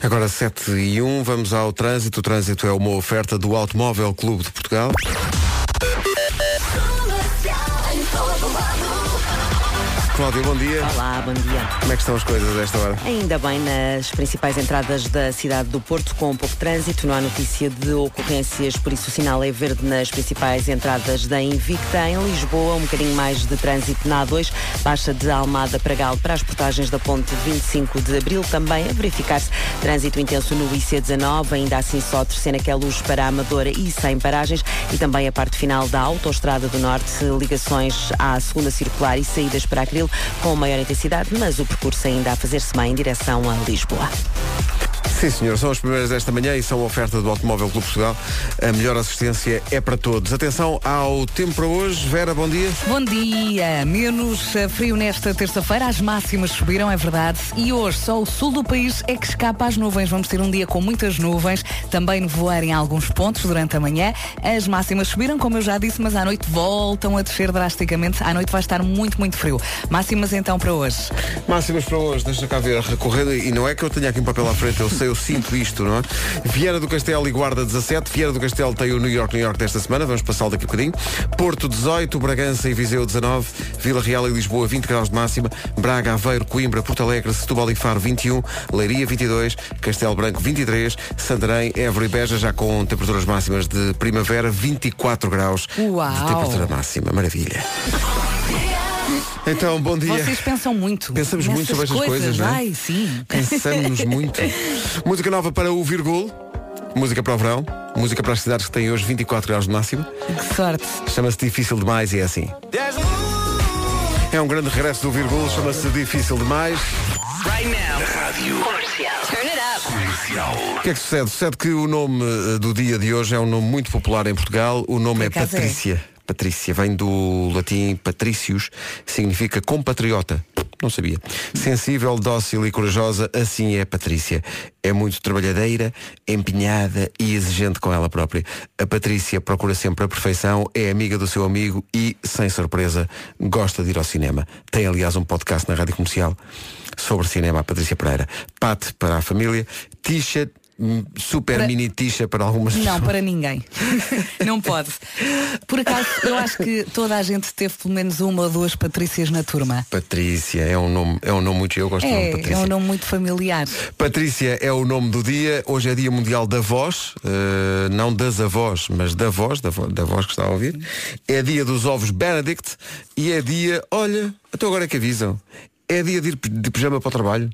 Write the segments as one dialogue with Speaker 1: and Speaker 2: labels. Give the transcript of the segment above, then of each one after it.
Speaker 1: Agora 7:01, vamos ao trânsito. O trânsito é uma oferta do Automóvel Clube de Portugal. Cláudia, bom dia.
Speaker 2: Olá, bom dia.
Speaker 1: Como é que estão as coisas a esta hora?
Speaker 2: Ainda bem nas principais entradas da cidade do Porto, com pouco trânsito. Não há notícia de ocorrências, por isso o sinal é verde nas principais entradas da Invicta. Em Lisboa, um bocadinho mais de trânsito na A2, baixa de Almada para Galo para as portagens da ponte 25 de Abril. Também a verificar-se trânsito intenso no IC19, ainda assim só terceira que é luz para a Amadora e sem paragens. E também a parte final da Autoestrada do Norte, ligações à segunda circular e saídas para Acril com maior intensidade, mas o percurso ainda a fazer-se bem em direção a Lisboa.
Speaker 1: Sim, senhor, são as primeiras desta manhã e são a oferta do Automóvel Clube de Portugal. A melhor assistência é para todos. Atenção ao tempo para hoje. Vera, bom dia.
Speaker 3: Bom dia. Menos frio nesta terça-feira. As máximas subiram, é verdade. E hoje só o sul do país é que escapa às nuvens. Vamos ter um dia com muitas nuvens. Também nevoeiro em alguns pontos durante a manhã. As máximas subiram, como eu já disse, mas à noite voltam a descer drasticamente. À noite vai estar muito, muito frio. Máximas então para hoje.
Speaker 1: Máximas para hoje. Deixa cá ver. Recorrendo. E não é que eu tenha aqui um papel à frente. Eu sinto isto, não é? Viana do Castelo e Guarda 17. Viana do Castelo tem o New York desta semana. Vamos passá-lo daqui a bocadinho. Porto 18, Bragança e Viseu 19, Vila Real e Lisboa 20 graus de máxima, Braga, Aveiro, Coimbra, Porto Alegre, Setúbal e Faro 21, Leiria 22, Castelo Branco 23, Santarém, Évora e Beja já com temperaturas máximas de primavera, 24 graus
Speaker 3: Uau.
Speaker 1: de temperatura máxima. Maravilha. Então, bom dia.
Speaker 3: Vocês pensam muito.
Speaker 1: Pensamos muito sobre estas coisas, não é?
Speaker 3: Ai, sim.
Speaker 1: Pensamos muito. Música nova para o Virgul. Música para o verão. Música para as cidades que têm hoje 24 graus de máximo.
Speaker 3: Que sorte.
Speaker 1: Chama-se Difícil Demais e é assim. É um grande regresso do Virgul. Chama-se Difícil Demais.
Speaker 4: Right now. Rádio
Speaker 2: Comercial.
Speaker 4: Turn it up. Comercial.
Speaker 1: O que é que sucede? Sucede que o nome do dia de hoje é um nome muito popular em Portugal. O nome é Patrícia. Patrícia vem do latim patricius, significa compatriota. Não sabia. Sensível, dócil e corajosa, assim é Patrícia. É muito trabalhadeira, empenhada e exigente com ela própria. A Patrícia procura sempre a perfeição, é amiga do seu amigo e, sem surpresa, gosta de ir ao cinema. Tem, aliás, um podcast na Rádio Comercial sobre cinema, a Patrícia Pereira. Pat para a família, Tisha, super mini Tisha para algumas pessoas.
Speaker 3: Não, para ninguém. Não pode. Por acaso, eu acho que toda a gente teve pelo menos uma ou duas Patrícias na turma.
Speaker 1: Patrícia é um nome muito, eu gosto do nome Patrícia.
Speaker 3: É um nome muito familiar.
Speaker 1: Patrícia é o nome do dia. Hoje é Dia Mundial da Voz, não das avós, mas da voz que está a ouvir. É dia dos ovos Benedict e é dia, olha, até agora é que avisam, é dia de ir de pijama para o trabalho.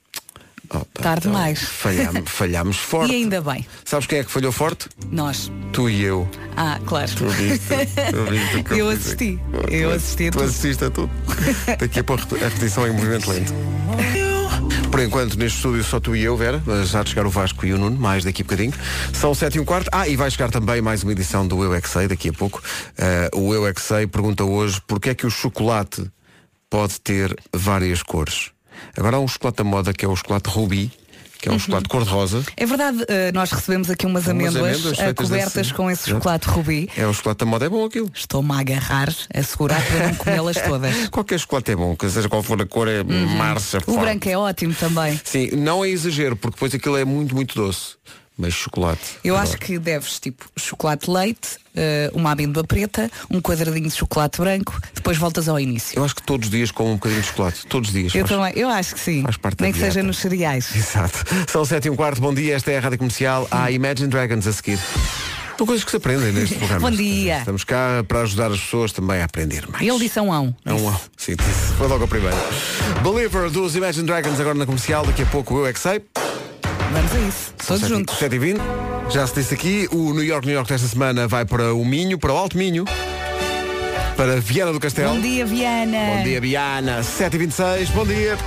Speaker 3: Tarde demais.
Speaker 1: Falhámos forte.
Speaker 3: E ainda bem.
Speaker 1: Sabes quem é que falhou forte?
Speaker 3: Nós.
Speaker 1: Tu e eu.
Speaker 3: Ah, claro.
Speaker 1: Tu viste o que
Speaker 3: Eu
Speaker 1: fiz
Speaker 3: assisti.
Speaker 1: aqui.
Speaker 3: Eu assisti a
Speaker 1: Tu
Speaker 3: tudo.
Speaker 1: assististe a tudo. Daqui a pouco a repetição em movimento lento. Por enquanto, neste estúdio só tu e eu, Vera, mas já de chegar o Vasco e o Nuno, mais daqui a bocadinho. São 7:15. E vai chegar também mais uma edição do Eu é que Sei, daqui a pouco. O Eu é que Sei pergunta hoje porque é que o chocolate pode ter várias cores. Agora há um chocolate da moda que é o chocolate Rubi, que é um chocolate cor-de-rosa.
Speaker 3: É verdade, nós recebemos aqui umas amêndoas cobertas com esse chocolate Rubi.
Speaker 1: É o chocolate da moda, é bom aquilo.
Speaker 3: Estou-me a agarrar, a segurar para não comê-las todas.
Speaker 1: Qualquer chocolate é bom, que seja qual for a cor, é marcha forte.
Speaker 3: O branco é ótimo também.
Speaker 1: Sim, não é exagero, porque depois aquilo é muito, muito doce. Mas chocolate.
Speaker 3: Eu acho que deves, tipo, chocolate leite, uma amêndoa preta, um quadradinho de chocolate branco, depois voltas ao início.
Speaker 1: Eu acho que todos os dias como um bocadinho de chocolate. Todos os dias.
Speaker 3: Eu acho que sim.
Speaker 1: Faz parte
Speaker 3: nem
Speaker 1: da
Speaker 3: que seja
Speaker 1: dieta.
Speaker 3: nos cereais.
Speaker 1: Exato. São 7:15, bom dia, esta é a Rádio Comercial. Há Imagine Dragons a seguir. São coisas que se aprendem neste programa.
Speaker 3: Bom dia.
Speaker 1: Estamos cá para ajudar as pessoas também a aprender mais.
Speaker 3: Ele disse um.
Speaker 1: É um. Sim, foi logo a primeira. Believer dos Imagine Dragons agora na Comercial. Daqui a pouco eu é que sei.
Speaker 3: Vamos a isso. Todos juntos.
Speaker 1: 7:20. Já se disse aqui, o New York desta semana vai para o Minho, para o Alto Minho, para Viana do Castelo.
Speaker 3: Bom dia, Viana.
Speaker 1: Bom dia, Viana. 7:26, bom dia.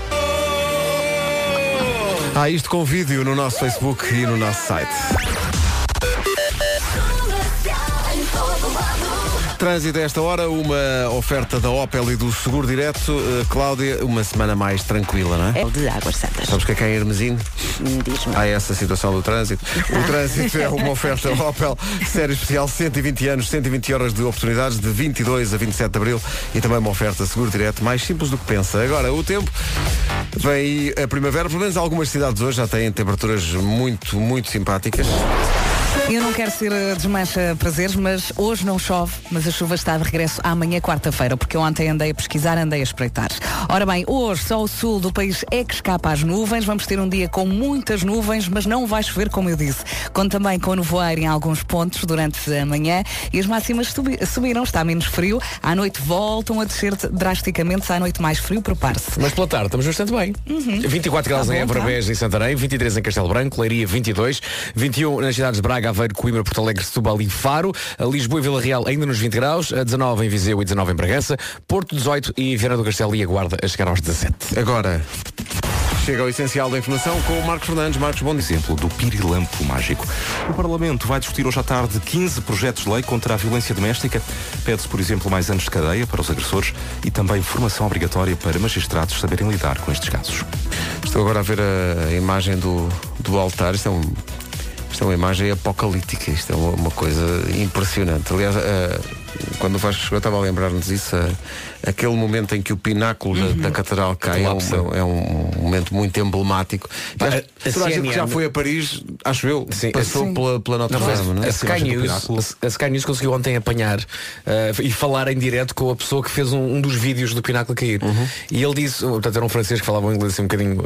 Speaker 1: Há isto com vídeo no nosso Facebook e no nosso site. Trânsito a esta hora, uma oferta da Opel e do Seguro Direto. Cláudia, uma semana mais tranquila, não é?
Speaker 2: É de Águas Santas.
Speaker 1: Sabes que é em Hermesino?
Speaker 2: Diz-me.
Speaker 1: Há essa situação do trânsito. O trânsito é uma oferta Opel, série especial 120 anos, 120 horas de oportunidades de 22 a 27 de Abril e também uma oferta Seguro Direto, mais simples do que pensa. Agora, o tempo, vem aí a primavera, pelo menos algumas cidades hoje já têm temperaturas muito, muito simpáticas.
Speaker 3: Eu não quero ser desmancha prazeres, mas hoje não chove, mas a chuva está de regresso amanhã, quarta-feira, porque eu ontem andei a pesquisar, andei a espreitar. Ora bem, hoje só o sul do país é que escapa às nuvens, vamos ter um dia com muitas nuvens, mas não vai chover, como eu disse. Conto também com nevoeiro em alguns pontos durante a manhã e as máximas subiram, está menos frio, à noite voltam a descer drasticamente, à noite mais frio, prepare-se.
Speaker 5: Mas pela tarde estamos bastante bem. 24 graus em Évora, Beja e Santarém, 23 em Castelo Branco, Leiria 22, 21 nas cidades de Braga, Aveiro, Coimbra, Porto Alegre, Setúbal e Faro, Lisboa e Vila Real ainda nos 20 graus, 19 em Viseu e 19 em Bragança, Porto 18 e Viana do Castelo e a Guarda a chegar aos 17.
Speaker 1: Agora, chega ao essencial da informação com o Marcos Fernandes. Marcos, bom dia.
Speaker 6: Exemplo do pirilampo mágico. O Parlamento vai discutir hoje à tarde 15 projetos de lei contra a violência doméstica. Pede-se, por exemplo, mais anos de cadeia para os agressores e também formação obrigatória para magistrados saberem lidar com estes casos.
Speaker 1: Estou agora a ver a imagem do altar. Isto é uma imagem apocalíptica. Isto é uma coisa impressionante. Aliás, quando o Vasco chegou, estava a lembrar-nos disso. Aquele momento em que o pináculo da catedral cai é um momento muito emblemático. Toda a gente que já foi a Paris, acho eu, passou pela Notre Dame, não é?
Speaker 5: A Sky News conseguiu ontem apanhar e falar em direto com a pessoa que fez um dos vídeos do pináculo cair. E ele disse, portanto era um francês que falava um inglês assim um bocadinho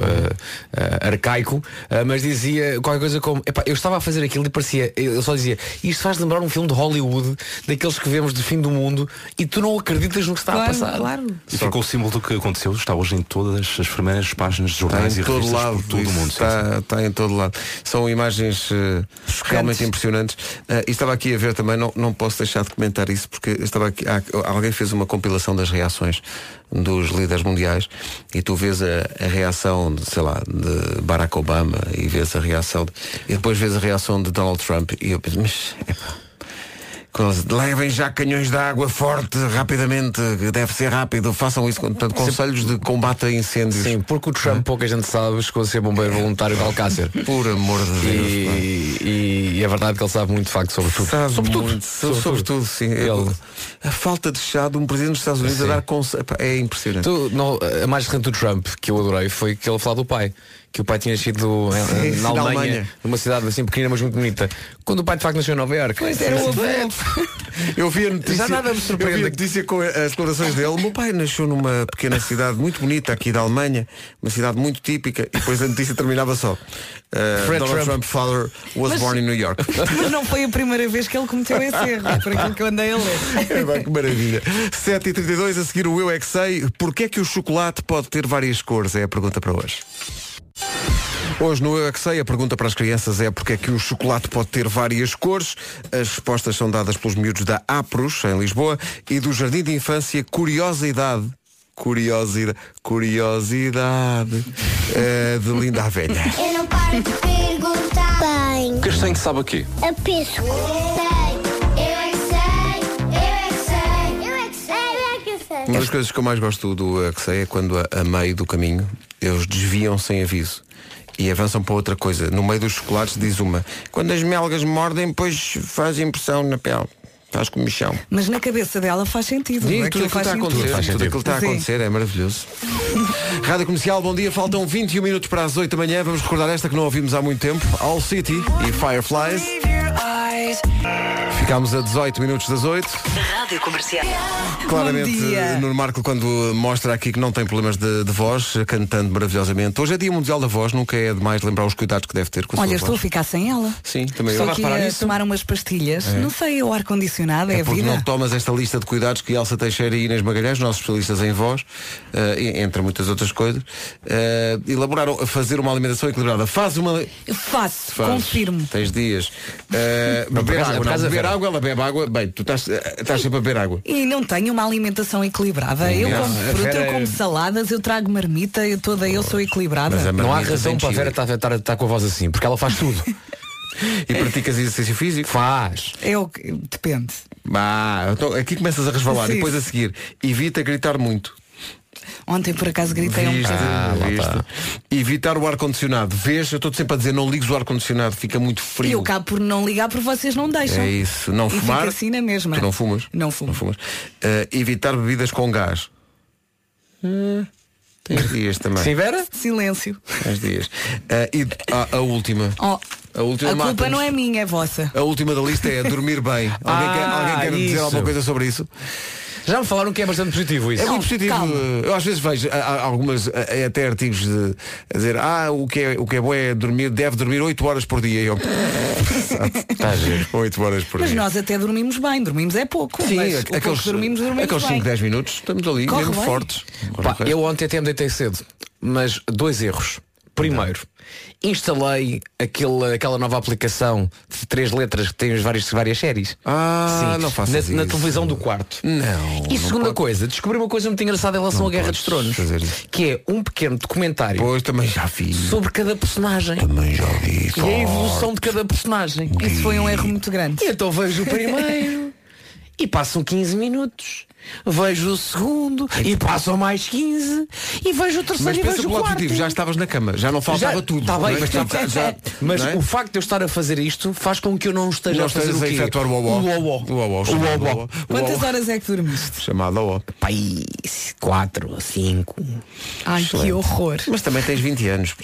Speaker 5: arcaico, mas dizia qualquer coisa como, eu estava a fazer aquilo e parecia, ele só dizia, isto faz lembrar um filme de Hollywood, daqueles que vemos de fim do mundo, e tu não acreditas no que está a passar.
Speaker 3: Claro.
Speaker 6: E ficou o símbolo do que aconteceu, está hoje em todas as primeiras páginas de jornais e revistas por todo o mundo.
Speaker 1: Está em todo lado. São imagens realmente impressionantes. E estava aqui a ver também, não posso deixar de comentar isso, porque estava aqui, alguém fez uma compilação das reações dos líderes mundiais e tu vês a reação de Barack Obama e vês a reação e depois vês a reação de Donald Trump e eu penso, mas levem já canhões de água forte, rapidamente, deve ser rápido, façam isso. Portanto, conselhos de combate a incêndios.
Speaker 5: Sim, porque o Trump, pouca gente sabe, chegou a ser bombeiro voluntário de Alcácer.
Speaker 1: Por amor de Deus.
Speaker 5: E é verdade que ele sabe muito de facto sobre tudo.
Speaker 1: Sobre tudo, sim. A falta de chá de um presidente dos Estados Unidos a dar conselhos é impressionante.
Speaker 5: A mais recente do Trump, que eu adorei, foi que ele falou do pai. Que o pai tinha sido na Alemanha, numa cidade assim pequena, mas muito bonita. Quando o pai de facto nasceu em Nova Iorque.
Speaker 3: Pois era o avô.
Speaker 1: Eu vi a notícia.
Speaker 5: Já nada me surpreende.
Speaker 1: Eu vi a notícia com as declarações dele. O meu pai nasceu numa pequena cidade muito bonita aqui da Alemanha, uma cidade muito típica, e depois a notícia terminava só. Donald Trump father was born in New York.
Speaker 3: Mas não foi a primeira vez que ele cometeu esse erro, por aquilo que eu andei a ler.
Speaker 1: Que maravilha. 7h32, a seguir o Eu É Que Sei. Porquê é que o chocolate pode ter várias cores? É a pergunta para hoje. Hoje no Eu É Que Sei, a pergunta para as crianças é porque é que o chocolate pode ter várias cores. As respostas são dadas pelos miúdos da Apros, em Lisboa, e do Jardim de Infância Curiosidade de Linda a Velha.
Speaker 7: Eu não paro de perguntar. Bem,
Speaker 6: Castanho sabe a quê?
Speaker 7: a pesco. Eu é que sei. Eu é que sei.
Speaker 1: Uma das coisas que eu mais gosto do Eu É Que Sei é quando a meio do caminho eles desviam sem aviso e avançam para outra coisa. No meio dos chocolates diz uma: quando as melgas mordem, depois faz impressão na pele, faz comichão.
Speaker 3: Mas na cabeça dela faz sentido.
Speaker 1: Sim,
Speaker 3: não é?
Speaker 1: tudo aquilo que está a acontecer é maravilhoso. Rádio Comercial, bom dia, faltam 21 minutos para as 8 da manhã. Vamos recordar esta que não ouvimos há muito tempo, All City e Fireflies. Ficámos a 18 minutos das 8.
Speaker 2: Rádio Comercial.
Speaker 1: Claramente, Nuno Marco, quando mostra aqui que não tem problemas de voz, cantando maravilhosamente. Hoje é Dia Mundial da Voz, nunca é demais lembrar os cuidados que deve ter com a sua
Speaker 3: Olha,
Speaker 1: voz.
Speaker 3: estou a ficar sem ela.
Speaker 1: Sim, também
Speaker 3: Estou
Speaker 1: eu.
Speaker 3: aqui a tomar umas pastilhas. Não sei, o ar-condicionado é a
Speaker 1: Porque
Speaker 3: vida.
Speaker 1: não tomas esta lista de cuidados que Elsa Teixeira e Inês Magalhães, nossos especialistas em voz, entre muitas outras coisas, elaboraram a fazer uma alimentação equilibrada.
Speaker 3: Faço, confirmo.
Speaker 1: Tens dias. Beber água, ela bebe água. Bem, tu estás sempre a beber água.
Speaker 3: E não tenho uma alimentação equilibrada. Eu como fruta, eu como saladas, eu trago marmita, eu sou equilibrada.
Speaker 1: Mas a
Speaker 5: Não há
Speaker 1: marmita
Speaker 5: razão
Speaker 1: tem
Speaker 5: para a Vera estar com a voz assim, porque ela faz tudo.
Speaker 1: E praticas exercício físico?
Speaker 5: Faz.
Speaker 3: Depende.
Speaker 1: Então, aqui começas a resvalar
Speaker 3: Sim.
Speaker 1: e depois a seguir. Evita gritar muito.
Speaker 3: Ontem por acaso gritei um bocadinho.
Speaker 1: Viste? Evitar o ar-condicionado. Vês, eu estou sempre a dizer, não ligues o ar-condicionado, fica muito
Speaker 3: E
Speaker 1: frio.
Speaker 3: eu acabo por não ligar porque vocês não deixam.
Speaker 1: É isso. Não
Speaker 3: E
Speaker 1: fumar.
Speaker 3: fica assim na mesma.
Speaker 1: Tu não fumas?
Speaker 3: Não fumo.
Speaker 1: Evitar bebidas com gás. Tens dias também.
Speaker 5: Sim, Vera?
Speaker 3: Silêncio.
Speaker 1: Tens dias. E a última.
Speaker 3: Oh,
Speaker 1: A última
Speaker 3: a culpa
Speaker 1: mata-nos.
Speaker 3: não é minha, é vossa.
Speaker 1: A última da lista é dormir bem. Alguém quer dizer
Speaker 5: isso.
Speaker 1: alguma coisa sobre isso?
Speaker 5: Já me falaram que é bastante positivo isso.
Speaker 1: É muito positivo.
Speaker 3: calma.
Speaker 1: Eu às vezes vejo algumas até artigos a dizer o que é bom é dormir, deve dormir 8 horas por dia. E eu,
Speaker 5: Está a ver.
Speaker 1: 8 horas por
Speaker 3: Mas
Speaker 1: dia.
Speaker 3: nós até dormimos bem, dormimos é pouco.
Speaker 1: Sim,
Speaker 3: mas o pouco que dormimos
Speaker 1: aqueles 5,
Speaker 3: bem.
Speaker 1: 10 minutos, estamos ali,
Speaker 3: Corre
Speaker 1: mesmo
Speaker 3: bem.
Speaker 1: fortes.
Speaker 5: Pá, eu ontem até me deitei cedo, mas 2 erros. Primeiro, instalei aquela nova aplicação de 3 letras que tem várias séries.
Speaker 1: Não faças
Speaker 5: na
Speaker 1: isso.
Speaker 5: televisão do quarto.
Speaker 1: Não.
Speaker 5: E
Speaker 1: não
Speaker 5: segunda
Speaker 1: pode.
Speaker 5: coisa, descobri uma coisa muito engraçada em relação
Speaker 1: Não
Speaker 5: à Guerra
Speaker 1: podes
Speaker 5: dos Tronos,
Speaker 1: fazer isso.
Speaker 5: que é um pequeno documentário
Speaker 1: Pois também já vi.
Speaker 5: sobre cada personagem
Speaker 1: Também já vi.
Speaker 5: e a evolução de cada personagem.
Speaker 3: Isso foi um erro muito grande.
Speaker 5: E então vejo o primeiro e passam 15 minutos. Vejo o segundo e passam mais 15 e vejo o terceiro
Speaker 1: Mas
Speaker 5: e
Speaker 1: pensa
Speaker 5: vejo
Speaker 1: pelo
Speaker 5: o
Speaker 1: lado
Speaker 5: quarto.
Speaker 1: positivo, já estavas na cama, já não faltava tudo.
Speaker 5: Está bem,
Speaker 1: não é?
Speaker 5: mas
Speaker 1: não é?
Speaker 5: o facto de eu estar a fazer isto faz com que eu não esteja
Speaker 1: Não
Speaker 5: a fazer
Speaker 1: estejas
Speaker 5: o
Speaker 1: a
Speaker 5: quê?
Speaker 1: efetuar o uó.
Speaker 5: O uó.
Speaker 1: O uó, chamado uó.
Speaker 3: Quantas horas é que dormiste?
Speaker 1: Chamado uó.
Speaker 5: Pai, 4 ou 5.
Speaker 3: Ai, que horror.
Speaker 1: Mas também tens 20 anos.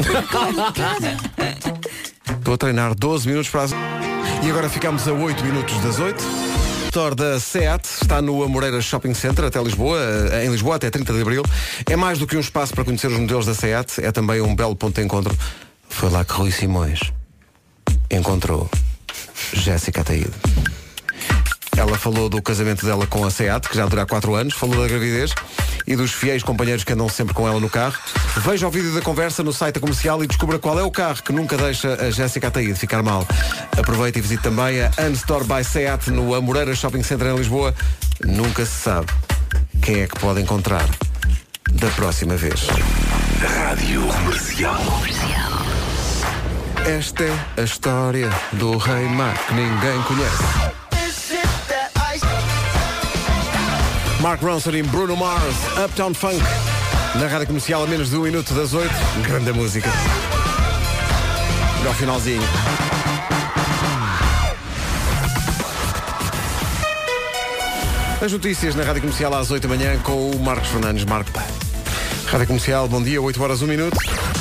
Speaker 1: Estou a treinar 12 minutos para as... E agora ficamos a 8 minutos das 8. O store da SEAT está no Amoreiras Shopping Center até Lisboa, em Lisboa até 30 de Abril. É mais do que um espaço para conhecer os modelos da SEAT, é também um belo ponto de encontro. Foi lá que Rui Simões encontrou Jéssica Ataíde. Ela falou do casamento dela com a SEAT, que já dura 4 anos, falou da gravidez e dos fiéis companheiros que andam sempre com ela no carro. Veja o vídeo da conversa no site da Comercial e descubra qual é o carro que nunca deixa a Jéssica Ataíde ficar mal. Aproveite e visite também a Unstore by SEAT no Amoreiras Shopping Center em Lisboa. Nunca se sabe quem é que pode encontrar da próxima vez.
Speaker 4: Rádio Comercial.
Speaker 1: Esta é a história do Rei Mar que ninguém conhece. Mark Ronson e Bruno Mars, Uptown Funk, na Rádio Comercial a menos de 1 minuto das 8. Grande música. E ao finalzinho. As notícias na Rádio Comercial às 8 da manhã com o Marcos Fernandes. Marco. Rádio Comercial, bom dia, 8 horas 1 minuto.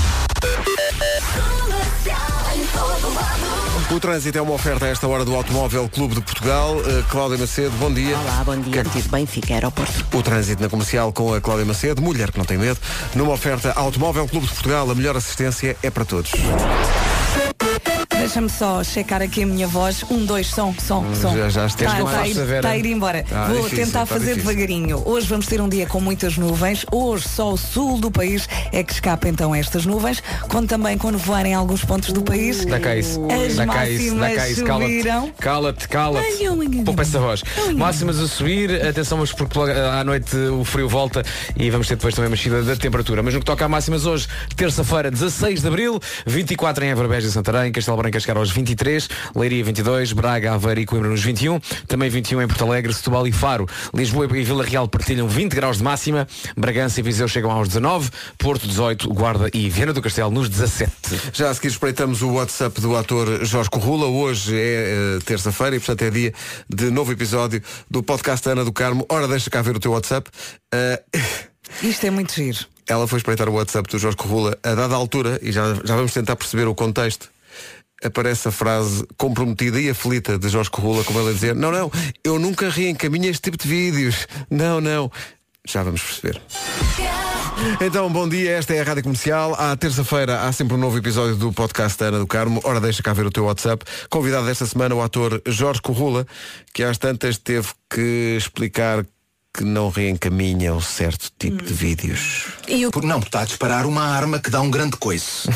Speaker 1: O trânsito é uma oferta a esta hora do Automóvel Clube de Portugal. Cláudia Macedo, bom dia.
Speaker 2: Olá, bom dia. Partido Benfica, Aeroporto.
Speaker 1: O trânsito na Comercial com a Cláudia Macedo, mulher que não tem medo, numa oferta Automóvel Clube de Portugal, a melhor assistência é para todos.
Speaker 3: Deixa-me só checar aqui a minha voz. 1, 2, som.
Speaker 1: Já estás
Speaker 3: Está
Speaker 1: mais
Speaker 3: a ir embora. Vou
Speaker 1: difícil,
Speaker 3: tentar
Speaker 1: está
Speaker 3: fazer
Speaker 1: difícil.
Speaker 3: devagarinho. Hoje vamos ter um dia com muitas nuvens. Hoje só o sul do país é que escapa então a estas nuvens. Conto também com nevoeiro em alguns pontos do país.
Speaker 5: Dá cá isso.
Speaker 3: As
Speaker 5: Dá cá
Speaker 3: máximas
Speaker 5: isso.
Speaker 3: subiram.
Speaker 5: Cala-te.
Speaker 3: Ai.
Speaker 5: Poupa essa voz. Máximas a subir. Atenção, mas porque à noite o frio volta e vamos ter depois também uma mexida da temperatura. Mas no que toca a máximas hoje, terça-feira, 16 de Abril, 24 em Évora, Beja e Santarém, Castelo Branco a chegar aos 23, Leiria 22, Braga, Aveiro e Coimbra nos 21, também 21 em Porto Alegre, Setúbal e Faro. Lisboa e Vila Real partilham 20 graus de máxima, Bragança e Viseu chegam aos 19, Porto 18, Guarda e Viana do Castelo nos 17.
Speaker 1: Já a seguir espreitamos o WhatsApp do ator Jorge Corrula. Hoje é terça-feira e portanto é dia de novo episódio do podcast Ana do Carmo. Ora, deixa cá ver o teu WhatsApp.
Speaker 3: Isto é muito giro.
Speaker 1: Ela foi espreitar o WhatsApp do Jorge Corrula a dada altura, e já vamos tentar perceber o contexto. Aparece a frase comprometida e aflita de Jorge Corrula, como ele a dizer: não, eu nunca reencaminho este tipo de vídeos. Não. Já vamos perceber. Então, bom dia, esta é a Rádio Comercial. À terça-feira há sempre um novo episódio do podcast da Ana do Carmo. Ora, deixa cá ver o teu WhatsApp. Convidado desta semana o ator Jorge Corrula, que às tantas teve que explicar que não reencaminha um certo tipo de vídeos?
Speaker 8: Porque não, está a disparar uma arma que dá um grande coice.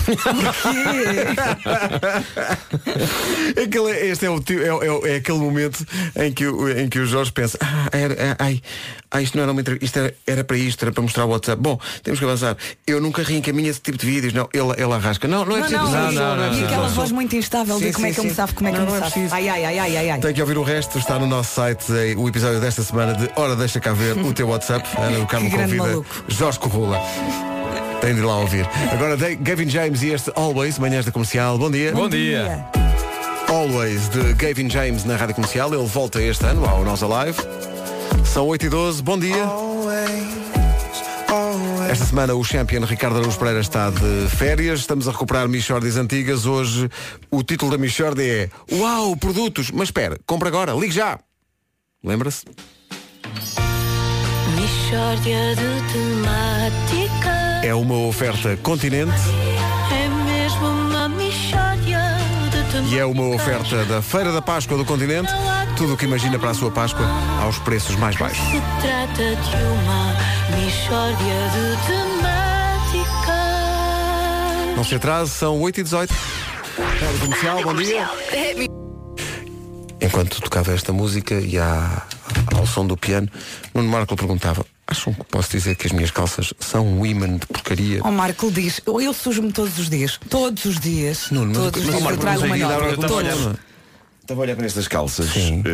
Speaker 1: Este é aquele momento em que o Jorge pensa, isto não era uma entrevista, era para mostrar o WhatsApp. Bom, temos que avançar. Eu nunca reencaminho esse tipo de vídeos. Não, ele arrasca. Não é preciso.
Speaker 3: Não. E aquela voz muito instável de como é que eu me sabe, como é que eu me sabe. Ai.
Speaker 1: Tem que ouvir o resto, está no nosso site o episódio desta semana de Ora Deixa Cá Ver, o teu WhatsApp. Ana do Carmo convida
Speaker 3: maluco.
Speaker 1: Jorge Corrula. Tem de ir lá ouvir. Agora Gavin James e este Always, manhãs da Comercial. Bom dia.
Speaker 5: Bom dia.
Speaker 1: Always, de Gavin James na Rádio Comercial. Ele volta este ano ao Nós Alive. São 8h12. Bom dia. Esta semana o champion Ricardo Araújo Pereira está de férias. Estamos a recuperar Michórdias antigas. Hoje o título da Michórdia é Uau, produtos! Mas espera, compra agora, ligue já! Lembra-se?
Speaker 9: Michórdia de temática.
Speaker 1: É uma oferta Continente.
Speaker 9: É mesmo uma michórdia de temática.
Speaker 1: E é uma oferta da Feira da Páscoa do Continente. Tudo o que imagina para a sua Páscoa aos preços mais baixos.
Speaker 9: Se trata de uma michórdia de temática.
Speaker 1: Não se atrase, são 8h18. Rádio Comercial, bom dia. Enquanto tocava esta música e ao som do piano, Nuno Marco perguntava: acham que posso dizer que as minhas calças são um ímã de porcaria?
Speaker 3: O Marco diz, eu sujo-me todos os dias. Todos os dias.
Speaker 1: Nuno,
Speaker 3: todos os dias eu trago uma nova.
Speaker 10: Estava a olhar para estas calças.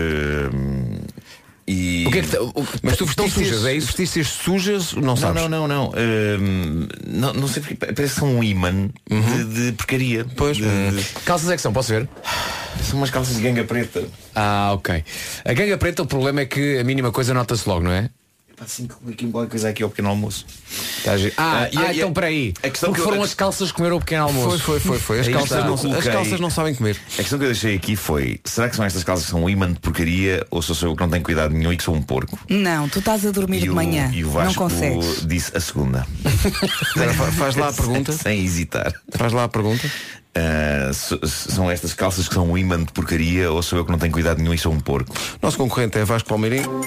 Speaker 10: E...
Speaker 5: O que é que
Speaker 1: mas tu estão sujas, é isso? Vestiste sujas? Não sabes?
Speaker 10: Não. Não sei porque parece que são um ímã de porcaria.
Speaker 1: Pois.
Speaker 5: Calças é que são, posso ver?
Speaker 10: São umas calças de ganga preta.
Speaker 5: Ok. A ganga preta, o problema é que a mínima coisa nota-se logo, não é?
Speaker 10: Assim, qualquer coisa aqui ao pequeno almoço.
Speaker 5: Então peraí. Porque foram as calças que comeram o pequeno almoço.
Speaker 1: Foi. As calças não sabem comer.
Speaker 10: A questão que eu deixei aqui foi: será que são estas calças que são um ímã de porcaria ou sou eu que não tenho cuidado nenhum e que sou um porco?
Speaker 3: Não, tu estás a dormir de manhã.
Speaker 10: E o Vasco
Speaker 3: não consegues.
Speaker 10: disse a segunda.
Speaker 1: Faz lá a pergunta.
Speaker 10: Sem hesitar.
Speaker 1: Faz lá a pergunta.
Speaker 10: São estas calças que são um ímã de porcaria ou sou eu que não tenho cuidado nenhum e sou um porco?
Speaker 1: Nosso concorrente é Vasco Palmeirinho.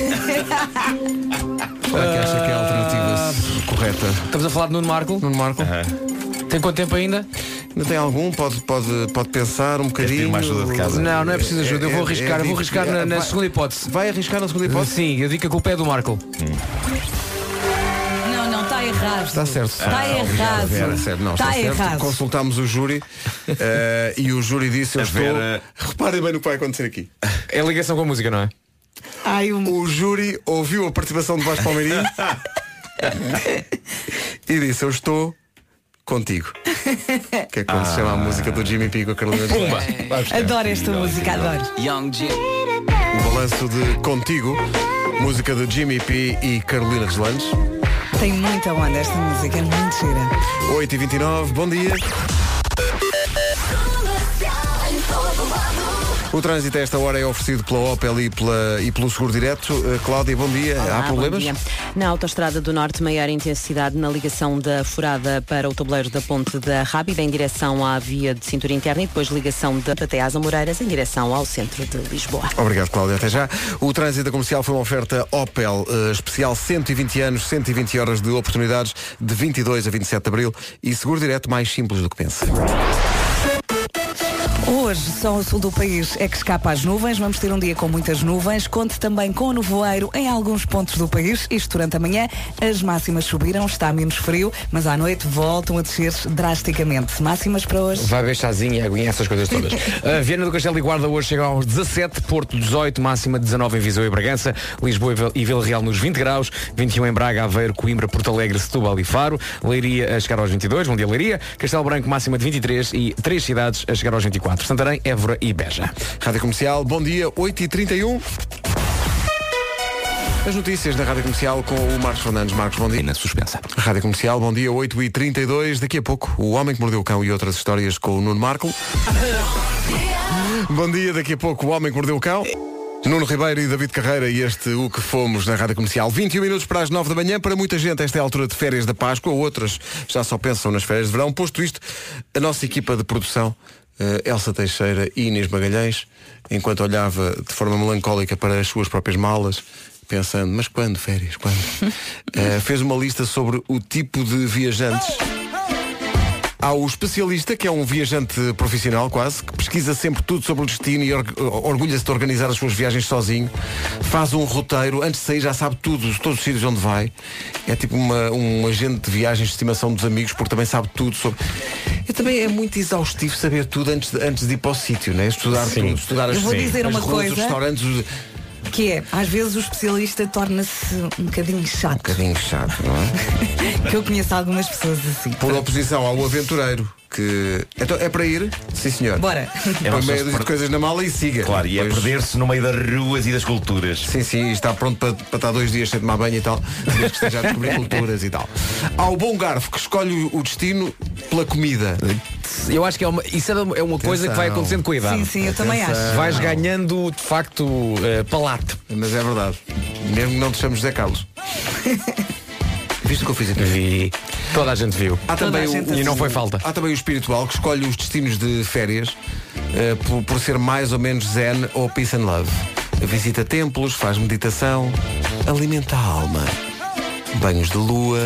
Speaker 1: Qual é que acha que é a alternativa correta?
Speaker 5: Estamos a falar de Nuno Marco. Tem quanto tempo ainda?
Speaker 1: Ainda tem algum? Pode pensar um bocadinho.
Speaker 10: Mais ajuda de casa?
Speaker 5: Não é preciso ajuda. Eu vou arriscar na segunda hipótese.
Speaker 1: Vai arriscar na segunda hipótese?
Speaker 5: Sim, eu digo que a culpa é do Marco.
Speaker 3: Não, está errado.
Speaker 1: Está certo.
Speaker 3: Está errado.
Speaker 1: Está errado. Consultámos o júri e o júri disse: reparem bem no que vai acontecer aqui.
Speaker 5: É ligação com a música, não é?
Speaker 1: O júri ouviu a participação de Vasco Palmeirinho e disse: eu estou contigo. Que é como se chama a música do Jimmy P com a Carolina de Lange.
Speaker 3: Adoro esta música, adoro.
Speaker 1: O balanço de Contigo, música de Jimmy P e Carolina de Lange.
Speaker 3: Tem muita onda esta música, é muito gira.
Speaker 1: 8h29, bom dia. O trânsito a esta hora é oferecido pela Opel e pelo Seguro Direto. Cláudia, bom dia.
Speaker 2: Olá,
Speaker 1: há problemas?
Speaker 2: Bom dia. Na Autostrada do Norte, maior intensidade na ligação da Furada para o tabuleiro da Ponte da Rábida em direção à via de cintura interna e depois ligação até às Amoreiras em direção ao centro de Lisboa.
Speaker 1: Obrigado, Cláudia. Até já. O trânsito comercial foi uma oferta Opel especial 120 anos, 120 horas de oportunidades de 22 a 27 de abril e Seguro Direto mais simples do que pensa.
Speaker 3: Hoje, só o sul do país é que escapa às nuvens. Vamos ter um dia com muitas nuvens. Conte também com nevoeiro em alguns pontos do país. Isto durante a manhã. As máximas subiram, está menos frio, mas à noite voltam a descer drasticamente. Máximas para hoje?
Speaker 5: Vai ver chazinho e aguinha, essas coisas todas. Viana do Castelo e Guarda hoje chega aos 17, Porto 18, máxima 19 em Viseu e Bragança, Lisboa e Vila Real nos 20 graus, 21 em Braga, Aveiro, Coimbra, Porto Alegre, Setúbal e Faro, Leiria a chegar aos 22, bom dia Leiria, Castelo Branco máxima de 23 e 3 cidades a chegar aos 24. Santarém, Évora e Beja.
Speaker 1: Rádio Comercial, bom dia, 8h31. As notícias da Rádio Comercial com o Marcos Fernandes. Marcos, bom dia.
Speaker 6: Na suspensa.
Speaker 1: Rádio Comercial, bom dia, 8h32. Daqui a pouco, O Homem que Mordeu o Cão e outras histórias com o Nuno Marco. Bom dia, daqui a pouco, O Homem que Mordeu o Cão. Nuno Ribeiro e David Carreira e este O Que Fomos na Rádio Comercial. 21 minutos para as 9 da manhã. Para muita gente esta é a altura de férias da Páscoa. Outras já só pensam nas férias de verão. Posto isto, a nossa equipa de produção, Elsa Teixeira e Inês Magalhães, enquanto olhava de forma melancólica para as suas próprias malas pensando, mas quando férias? Quando? Fez uma lista sobre o tipo de viajantes. Há o especialista, que é um viajante profissional quase, que pesquisa sempre tudo sobre o destino e orgulha-se de organizar as suas viagens sozinho. Faz um roteiro, antes de sair já sabe tudo, todos os sítios onde vai. É tipo um agente de viagens de estimação dos amigos, porque também sabe tudo sobre... E também é muito exaustivo saber tudo antes de ir para o sítio, né? Estudar tudo, estudar as,
Speaker 3: Eu vou dizer
Speaker 1: as
Speaker 3: uma
Speaker 1: ruas,
Speaker 3: coisa.
Speaker 1: os restaurantes...
Speaker 3: Que é, às vezes o especialista torna-se um bocadinho chato.
Speaker 1: Um bocadinho chato, não é?
Speaker 3: Que eu conheço algumas pessoas assim.
Speaker 1: Por oposição ao aventureiro, que... Então, é para ir? Sim, senhor.
Speaker 3: Bora.
Speaker 1: Põe meia dúzia de coisas na mala e siga.
Speaker 10: Claro, e é perder-se no meio das ruas e das culturas.
Speaker 1: Sim, sim, e está pronto para estar 2 dias sem tomar banho e tal, desde que esteja a descobrir culturas e tal. Há o bom garfo que escolhe o destino pela comida.
Speaker 5: Eu acho que isso é uma coisa que vai acontecendo com a idade.
Speaker 3: Sim, sim, eu também acho.
Speaker 5: Vais ganhando, de facto, palato.
Speaker 1: Mas é verdade. Mesmo que não te chames Zé Carlos. Viste o que eu fiz aqui?
Speaker 5: Vi. Toda a gente viu.
Speaker 1: Há também
Speaker 5: E não foi falta.
Speaker 1: Há também o espiritual que escolhe os destinos de férias por ser mais ou menos zen ou peace and love. Visita templos, faz meditação, alimenta a alma, banhos de lua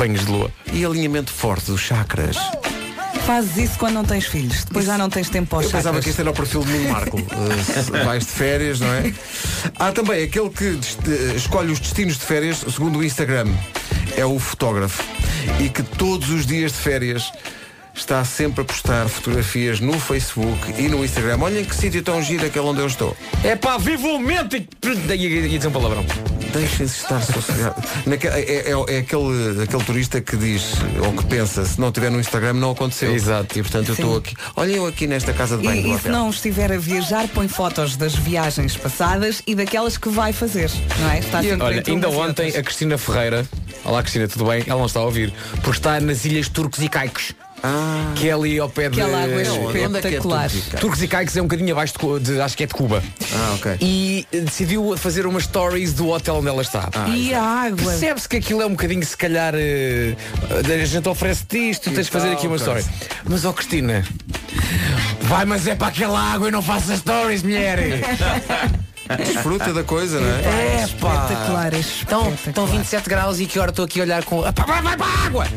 Speaker 1: e alinhamento forte dos chakras.
Speaker 3: Fazes isso quando não tens filhos. Depois já não tens tempo para os
Speaker 1: Eu pensava
Speaker 3: chakras.
Speaker 1: que este era o perfil de Nuno Marco. Vais de férias, não é? Há também aquele que escolhe os destinos de férias segundo o Instagram. É o fotógrafo. E que todos os dias de férias está sempre a postar fotografias no Facebook e no Instagram. Olhem que sítio tão giro aquele onde eu estou.
Speaker 5: É pá, viva o momento! E dizer um palavrão.
Speaker 1: Deixem-se estar sossegados. É aquele turista que diz, ou que pensa, se não estiver no Instagram não aconteceu.
Speaker 5: Exato.
Speaker 1: E portanto eu estou aqui. Olhem eu aqui nesta casa de banho do
Speaker 3: E se
Speaker 1: hotel.
Speaker 3: não estiver a viajar, põe fotos das viagens passadas e daquelas que vai fazer, não é? Está sempre
Speaker 5: Olha,
Speaker 3: entre
Speaker 5: ainda
Speaker 3: umas e
Speaker 5: ontem
Speaker 3: outras.
Speaker 5: a Cristina Ferreira, olá Cristina, tudo bem? Ela não está a ouvir, porque está nas Ilhas Turcos e Caicos. Que é ali ao pé de...
Speaker 3: Aquela água é
Speaker 1: Onde é que é
Speaker 3: espetacular.
Speaker 1: Turcos
Speaker 5: Turcos
Speaker 1: e Caicos?
Speaker 5: e Caicos é um bocadinho abaixo acho que é de Cuba.
Speaker 1: Ok.
Speaker 5: E decidiu fazer umas stories do hotel onde ela está.
Speaker 3: E a água.
Speaker 5: Percebe-se que aquilo é um bocadinho, se calhar, a gente oferece-te isto, tens de fazer aqui uma story. Mas, ó Cristina, vai, mas é para aquela água e não faças stories, mulher.
Speaker 1: Desfruta da coisa, não é?
Speaker 5: É pá.
Speaker 3: Espetacular, é
Speaker 5: Estão
Speaker 3: espetacular.
Speaker 5: 27 graus e que hora estou aqui a olhar com... Vai para a água!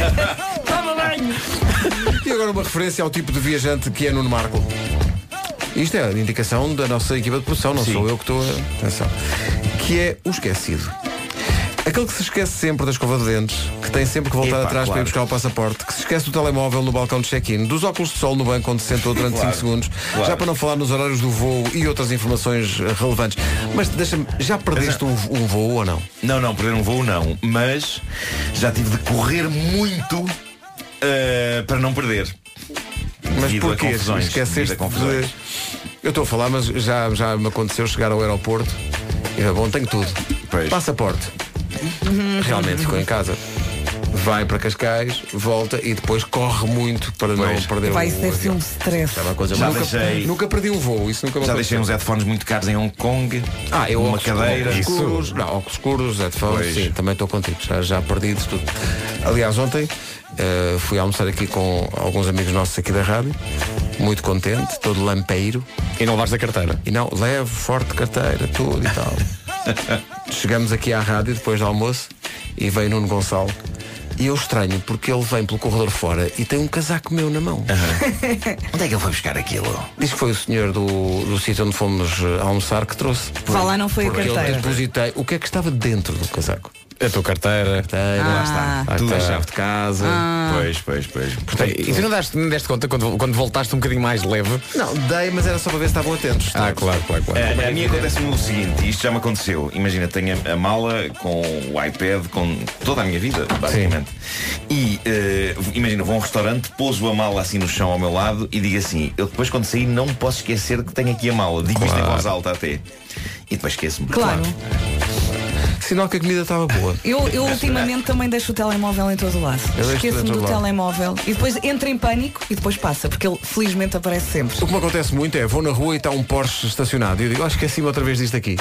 Speaker 5: Toma banho!
Speaker 1: E agora uma referência ao tipo de viajante que é Nuno Marco. Isto é a indicação da nossa equipa de produção, não sou eu que estou a... Atenção. Que é o esquecido. Aquele que se esquece sempre da escova de dentes, que tem sempre que voltar atrás para ir buscar o passaporte, que se esquece do telemóvel no balcão de check-in, dos óculos de sol no banco onde se sentou durante 5 segundos, já para não falar nos horários do voo e outras informações relevantes. Mas deixa-me, já perdeste um voo ou não?
Speaker 10: Não, perder um voo não. Mas já tive de correr muito para não perder.
Speaker 1: Mas
Speaker 10: Devido a
Speaker 1: porquê?
Speaker 10: confusões,
Speaker 1: Esqueceste
Speaker 10: devido a confusões.
Speaker 1: de... Eu estou a falar, mas já me aconteceu chegar ao aeroporto e bom, tenho tudo.
Speaker 10: Pois.
Speaker 1: Passaporte. Realmente ficou em casa. Vai para Cascais, volta e depois corre muito para não perder
Speaker 3: Vai
Speaker 1: o
Speaker 3: ser
Speaker 1: avião.
Speaker 3: um stress.
Speaker 1: É uma coisa
Speaker 10: Já
Speaker 1: nunca,
Speaker 10: deixei-
Speaker 1: nunca perdi um voo, isso nunca me
Speaker 10: Já
Speaker 1: aconteceu.
Speaker 10: deixei uns headphones muito caros em Hong Kong.
Speaker 1: Eu
Speaker 10: uma
Speaker 1: óculos
Speaker 10: cadeira.
Speaker 1: escuros, não, óculos escuros, headphones,
Speaker 10: Pois.
Speaker 1: sim, também estou contigo, já perdi de tudo. Aliás, ontem fui almoçar aqui com alguns amigos nossos aqui da rádio, muito contente, todo lampeiro.
Speaker 5: E não levares a carteira?
Speaker 1: E não, levo forte carteira, tudo e tal. Chegamos aqui à rádio depois do almoço e veio Nuno Gonçalo. E eu estranho porque ele vem pelo corredor fora e tem um casaco meu na mão.
Speaker 10: Onde é que ele foi buscar aquilo?
Speaker 1: Diz que foi o senhor do sítio onde fomos almoçar que trouxe.
Speaker 3: Vá lá, não foi a
Speaker 1: Porque eu
Speaker 3: carteira.
Speaker 1: depositei. O que é que estava dentro do casaco?
Speaker 5: A tua carteira.
Speaker 1: Lá está. Tudo a chave de casa.
Speaker 10: Pois.
Speaker 1: Portanto,
Speaker 5: E tu não deste conta quando voltaste um bocadinho mais leve?
Speaker 1: não, dei, mas era só para ver se estavam atentos.
Speaker 5: Claro.
Speaker 10: A mim acontece-me o seguinte, isto já me aconteceu. Imagina, tenho a mala com o iPad, com toda a minha vida, basicamente. E imagina, vou a um restaurante, pouso a mala assim no chão ao meu lado e digo assim, eu depois quando sair não me posso esquecer que tenho aqui a mala. Digo isto em voz alta até. E depois esqueço-me.
Speaker 3: Claro.
Speaker 1: Sinal que a comida estava boa.
Speaker 3: Eu ultimamente também deixo o telemóvel em todo lado.
Speaker 1: Eu deixo
Speaker 3: Esqueço-me
Speaker 1: em todo
Speaker 3: do
Speaker 1: lado.
Speaker 3: telemóvel e depois entro em pânico e depois passa, porque ele felizmente aparece sempre.
Speaker 1: O que me acontece muito é, vou na rua e está um Porsche estacionado e eu digo, esqueci-me outra vez disto aqui.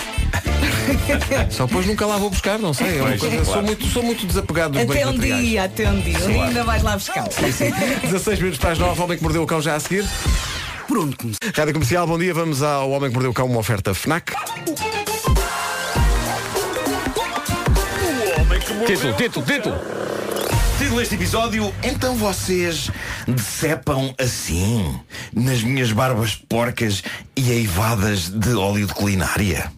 Speaker 1: Só depois nunca lá vou buscar, não sei. É uma
Speaker 10: Pois,
Speaker 1: coisa,
Speaker 10: claro.
Speaker 1: sou muito desapegado dos bens
Speaker 3: Até um
Speaker 1: materiais.
Speaker 3: dia. Ainda vais lá buscar.
Speaker 1: 16 minutos para as 9, Homem que Mordeu o Cão já a seguir. Rádio Comercial, bom dia, vamos ao Homem que Mordeu o Cão, uma oferta FNAC.
Speaker 5: Título.
Speaker 10: Título deste episódio: então vocês decepam assim nas minhas barbas porcas e eivadas de óleo de culinária?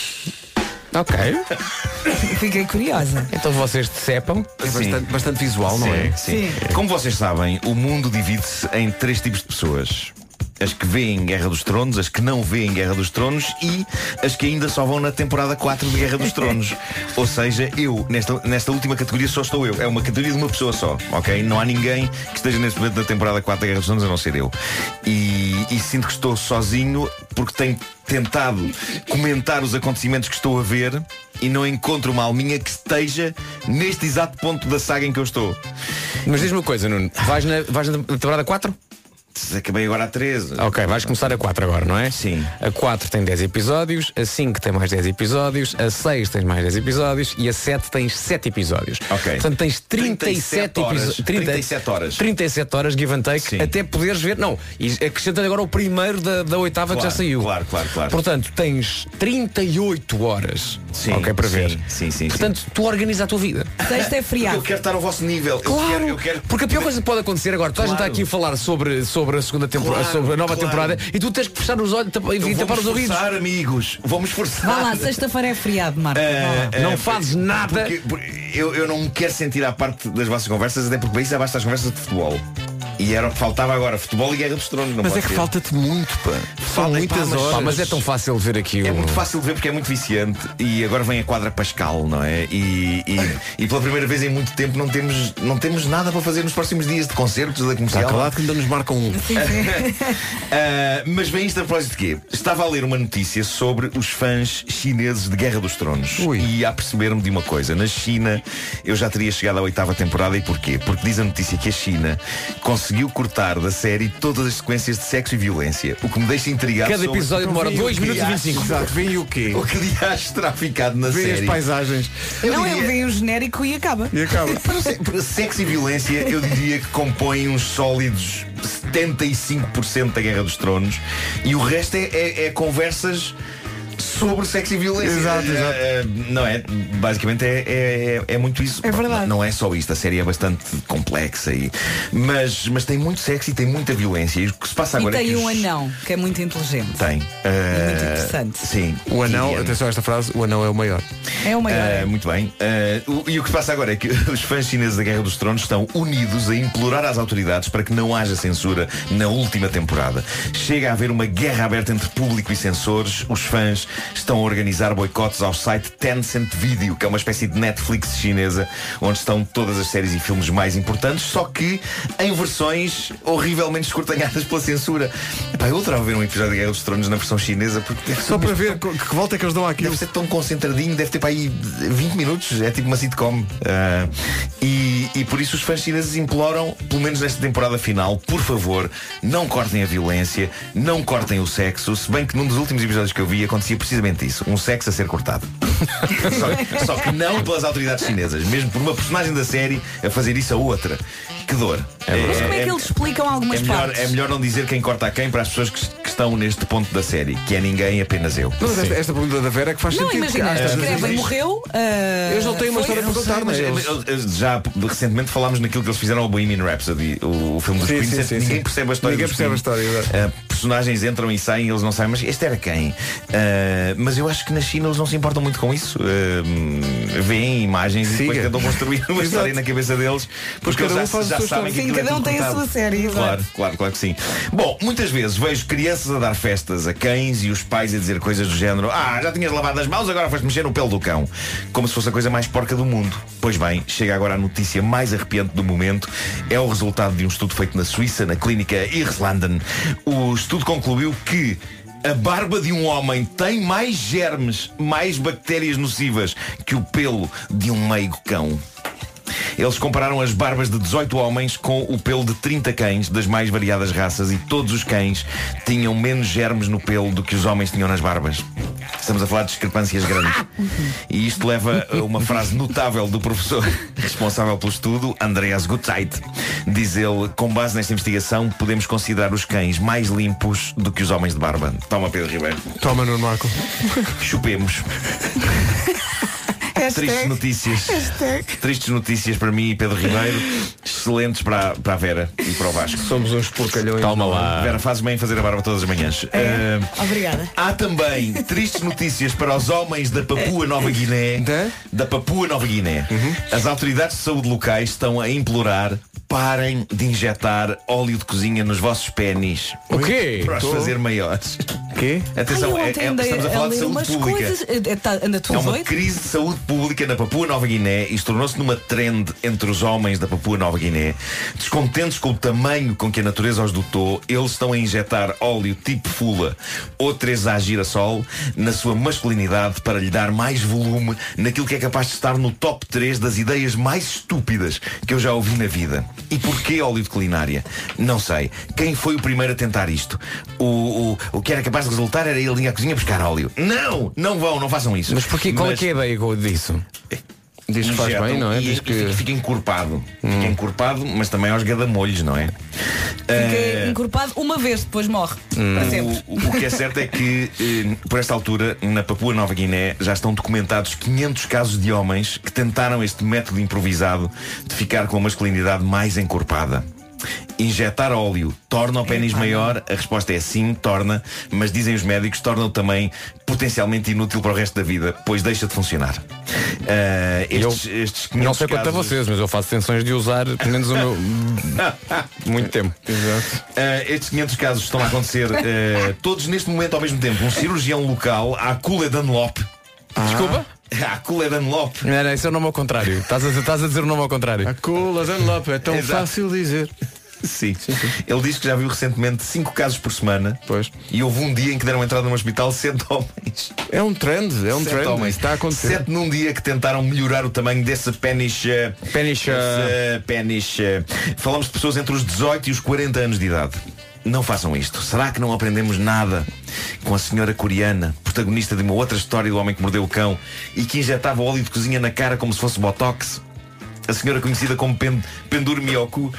Speaker 5: Ok.
Speaker 3: Fiquei curiosa.
Speaker 5: Então vocês decepam.
Speaker 1: É bastante visual, não é?
Speaker 10: Sim. Como vocês sabem, o mundo divide-se em 3 tipos de pessoas: as que vêem Guerra dos Tronos, as que não veem Guerra dos Tronos e as que ainda só vão na temporada 4 de Guerra dos Tronos. Ou seja, eu, nesta última categoria, só estou eu. É uma categoria de uma pessoa só, ok? Não há ninguém que esteja neste momento na temporada 4 da Guerra dos Tronos a não ser eu. E sinto que estou sozinho porque tenho tentado comentar os acontecimentos que estou a ver e não encontro uma alminha que esteja neste exato ponto da saga em que eu estou.
Speaker 5: Mas diz-me uma coisa, Nuno. Vais na temporada 4?
Speaker 10: Acabei agora a 13.
Speaker 5: Ok, vais começar a 4 agora, não é?
Speaker 10: Sim.
Speaker 5: A 4 tem 10 episódios, a 5 tem mais 10 episódios, a 6 tens mais 10 episódios e a 7 tens 7 episódios.
Speaker 10: Ok.
Speaker 5: Portanto tens 37 episódios.
Speaker 10: 37 horas.
Speaker 5: 37 horas, give and take,
Speaker 10: Sim.
Speaker 5: até poderes ver. Não, e acrescenta agora o primeiro da oitava que já saiu.
Speaker 10: Claro.
Speaker 5: Portanto, tens 38 horas.
Speaker 10: Sim,
Speaker 5: ok, para ver.
Speaker 10: Sim.
Speaker 5: Portanto, tu organiza a tua vida.
Speaker 3: Sexta é feriado.
Speaker 10: Eu quero estar ao vosso nível.
Speaker 5: Claro,
Speaker 10: eu quero...
Speaker 5: porque a pior coisa que pode acontecer agora, toda a gente está aqui a falar sobre a segunda temporada, sobre a nova temporada, e tu tens que fechar os olhos e tapar os ouvidos.
Speaker 10: Vamos esforçar, amigos. Vamos esforçar.
Speaker 3: Vá lá, sexta-feira é feriado, Marco.
Speaker 5: Não fazes nada.
Speaker 10: Porque eu não me quero sentir à parte das vossas conversas, até porque para isso já basta as conversas de futebol. E era o que faltava agora, futebol e Guerra dos Tronos. Não
Speaker 1: mas
Speaker 10: pode
Speaker 1: é que
Speaker 10: ser.
Speaker 1: Falta-te muito, pá. São muitas horas.
Speaker 5: Mas é tão fácil ver aquilo.
Speaker 10: É muito fácil de ver porque é muito viciante. E agora vem a quadra Pascal, não é? E pela primeira vez em muito tempo não temos nada para fazer nos próximos dias de concertos da comercial.
Speaker 1: Está calado que ainda nos marcam um.
Speaker 10: Mas vem isto a propósito de quê? Estava a ler uma notícia sobre os fãs chineses de Guerra dos Tronos.
Speaker 1: Ui.
Speaker 10: E a perceber-me de uma coisa: na China eu já teria chegado à 8ª temporada. E porquê? Porque diz a notícia que a China conseguiu cortar da série todas as sequências de sexo e violência, o que me deixa intrigado.
Speaker 5: Cada episódio demora 2 minutos e 25.
Speaker 1: Exato, vem o quê?
Speaker 10: O que aliás terá ficado na série.
Speaker 1: Vem as paisagens.
Speaker 3: Ele vem o genérico e acaba.
Speaker 10: Para sexo e violência, eu diria que compõem uns sólidos 75% da Guerra dos Tronos e o resto é conversas sobre sexo e violência.
Speaker 1: Exato.
Speaker 10: Não é? Basicamente é muito isso.
Speaker 3: É verdade.
Speaker 10: Não é só isto. A série é bastante complexa mas tem muito sexo e tem muita violência. E o que se passa agora
Speaker 3: e tem
Speaker 10: é que
Speaker 3: um anão que é muito inteligente.
Speaker 10: Tem.
Speaker 3: Muito interessante.
Speaker 10: Sim.
Speaker 1: O anão, atenção a esta frase, o anão é o maior.
Speaker 3: É o maior.
Speaker 10: Muito bem. E o que se passa agora é que os fãs chineses da Guerra dos Tronos estão unidos a implorar às autoridades para que não haja censura na última temporada. Chega a haver uma guerra aberta entre público e censores. Os fãs estão a organizar boicotes ao site Tencent Video, que é uma espécie de Netflix chinesa, onde estão todas as séries e filmes mais importantes, só que em versões horrivelmente escortanhadas pela censura. Epá, eu adorava ver um episódio de Guerra dos Tronos na versão chinesa, porque
Speaker 1: Só para ver que volta é que eles dão àquilo.
Speaker 10: deve ser tão concentradinho, deve ter para aí 20 minutos, é tipo uma sitcom. E por isso os fãs chineses imploram, pelo menos nesta temporada final, por favor, não cortem a violência, não cortem o sexo, se bem que num dos últimos episódios que eu vi acontecia precisamente isso, um sexo a ser cortado. só que não pelas autoridades chinesas, mesmo por uma personagem da série a fazer isso a outra. Que dor.
Speaker 3: Mas como é que eles explicam algumas partes?
Speaker 10: É melhor não dizer quem corta a quem para as pessoas que estão neste ponto da série, que é ninguém, apenas eu.
Speaker 1: Mas esta pergunta da Vera é que faz
Speaker 3: Não,
Speaker 1: sentido.
Speaker 3: imagina, escrevem, morreu.
Speaker 1: Eles não têm uma história para contar, mas
Speaker 10: já recentemente falámos naquilo que eles fizeram ao Bohemian Rhapsody, o filme dos Queen. Ninguém percebe a história.
Speaker 1: Ninguém percebe a história.
Speaker 10: Personagens entram e saem, eles não sabem, mas este era quem? Mas eu acho que na China eles não se importam muito com isso. Veem imagens e depois tentam construir uma história na cabeça deles, porque eles já sabem que
Speaker 3: cada um tem a sua série.
Speaker 10: Claro que sim. Bom, muitas vezes vejo crianças a dar festas a cães e os pais a dizer coisas do género: já tinhas lavado as mãos, agora foste mexer no pelo do cão. Como se fosse a coisa mais porca do mundo. Pois bem, chega agora a notícia mais arrepiante do momento. É o resultado de um estudo feito na Suíça, na clínica Irlanden. O estudo concluiu que a barba de um homem tem mais germes, mais bactérias nocivas que o pelo de um meigo cão. Eles compararam as barbas de 18 homens com o pelo de 30 cães das mais variadas raças e todos os cães tinham menos germes no pelo do que os homens tinham nas barbas. Estamos a falar de discrepâncias grandes. E isto leva a uma frase notável do professor responsável pelo estudo, Andreas Gutzeit. Diz ele: com base nesta investigação, podemos considerar os cães mais limpos do que os homens de barba. Toma, Pedro Ribeiro.
Speaker 1: Toma, Nuno Marco.
Speaker 10: Chupemos. Tristes notícias. Tristes notícias para mim e Pedro Ribeiro. Excelentes para a Vera e para o Vasco.
Speaker 1: Somos uns porcalhões.
Speaker 5: Calma lá.
Speaker 10: Vera, fazes bem em fazer a barba todas as manhãs.
Speaker 2: Obrigada.
Speaker 10: Há também tristes notícias para os homens da Papua Nova Guiné. Da Papua Nova Guiné. As autoridades de saúde locais estão a implorar: parem de injetar óleo de cozinha nos vossos pénis.
Speaker 5: O quê?
Speaker 10: Para os fazer maiores.
Speaker 1: Quê?
Speaker 10: Atenção, estamos a falar de saúde pública. É uma crise de saúde pública na Papua Nova Guiné. Isto tornou-se numa trend entre os homens da Papua Nova Guiné. Descontentes com o tamanho com que a natureza os dotou, eles estão a injetar óleo tipo fula ou 3A girassol na sua masculinidade para lhe dar mais volume naquilo que é capaz de estar no top 3 das ideias mais estúpidas que eu já ouvi na vida. E porquê óleo de culinária? Não sei. Quem foi o primeiro a tentar isto? O que era capaz de resultar era ele ir à cozinha buscar óleo. Não façam isso.
Speaker 5: Mas porquê? Qual é que é a ideia disso?
Speaker 1: Diz que faz bem, não é? Diz que
Speaker 10: fica encorpado. Fica encorpado, mas também aos gadamolhos, não é?
Speaker 3: Fica encorpado uma vez, depois morre. Para sempre.
Speaker 10: O que é certo é que, por esta altura, na Papua Nova Guiné, já estão documentados 500 casos de homens que tentaram este método improvisado de ficar com a masculinidade mais encorpada. Injetar óleo torna o pénis maior? A resposta é sim, torna, mas dizem os médicos, torna-o também potencialmente inútil para o resto da vida, pois deixa de funcionar. Estes 500
Speaker 5: não sei quanto a
Speaker 10: casos...
Speaker 5: vocês, mas eu faço tensões de usar pelo menos o meu muito tempo.
Speaker 10: Estes 500 casos estão a acontecer todos neste momento ao mesmo tempo. Um cirurgião local, a Kula Dunlop.
Speaker 5: Desculpa?
Speaker 10: A Kula Dunlop.
Speaker 5: Não, isso é o nome ao contrário. Estás a dizer o nome ao contrário.
Speaker 1: A Kula Dunlop é tão fácil dizer.
Speaker 10: Sim. Ele diz que já viu recentemente 5 casos por semana.
Speaker 1: Pois.
Speaker 10: E houve um dia em que deram entrada num hospital 7 homens.
Speaker 1: É um trend.
Speaker 10: Homens.
Speaker 1: Está a acontecer.
Speaker 10: 7 num dia que tentaram melhorar o tamanho desse pénis. Falamos de pessoas entre os 18 e os 40 anos de idade. Não façam isto. Será que não aprendemos nada com a senhora coreana, protagonista de uma outra história do homem que mordeu o cão e que injetava óleo de cozinha na cara como se fosse botox? A senhora conhecida como Pendur Mioku.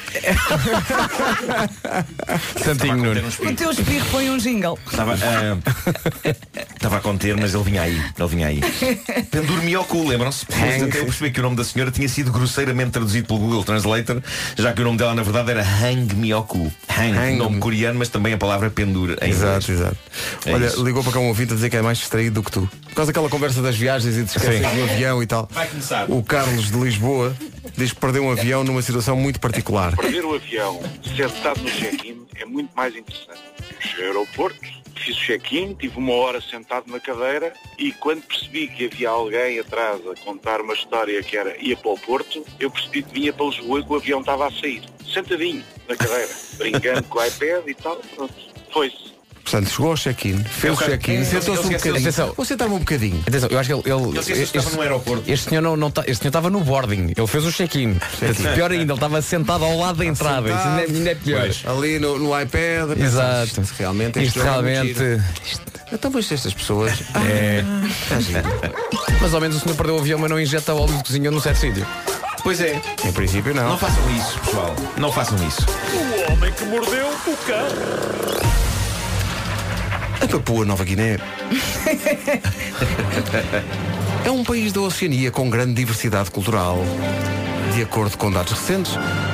Speaker 5: Santinho Nuno.
Speaker 3: O teu espirro põe um jingle.
Speaker 10: Estava a conter, mas ele vinha aí. Pendur Mioku, lembram-se? Eu percebi que o nome da senhora tinha sido grosseiramente traduzido pelo Google Translator, já que o nome dela na verdade era Hang Mioku. Hang, nome coreano, mas também a palavra pendur.
Speaker 1: Exato. Olha,
Speaker 10: isso.
Speaker 1: ligou para cá um ouvinte a dizer que é mais distraído do que tu. Por causa daquela conversa das viagens e de esquecer do avião e tal.
Speaker 10: Vai começar.
Speaker 1: O Carlos de Lisboa diz que perdeu um avião numa situação muito particular.
Speaker 11: Perder o avião sentado no check-in é muito mais interessante. Eu cheguei ao aeroporto, fiz o check-in, tive 1 hora sentado na cadeira e quando percebi que havia alguém atrás a contar uma história que ia para o Porto, eu percebi que vinha para Lisboa e que o avião estava a sair. Sentadinho na cadeira, brincando com o iPad e tal, pronto, foi-se.
Speaker 1: Portanto, chegou ao check-in, fez o check-in, sentou-se um bocadinho.
Speaker 5: Atenção.
Speaker 1: Ou sentava um bocadinho.
Speaker 5: Atenção, eu acho que ele
Speaker 10: estava no aeroporto.
Speaker 5: Este senhor este senhor estava no boarding. Ele fez o check-in. Pior ainda, ele estava sentado ao lado da entrada. Isso ainda é pior.
Speaker 1: Pois, ali no iPad.
Speaker 5: Exato.
Speaker 1: Isto realmente. Então, pois estas pessoas.
Speaker 5: Mas ao menos o senhor perdeu o avião, mas não injeta óleo de cozinha num certo sítio.
Speaker 10: Pois é.
Speaker 1: Em princípio não.
Speaker 10: Não façam isso, pessoal. Não façam isso.
Speaker 11: O homem que mordeu o cão.
Speaker 1: A Papua Nova Guiné é um país da Oceania com grande diversidade cultural. De acordo com dados recentes,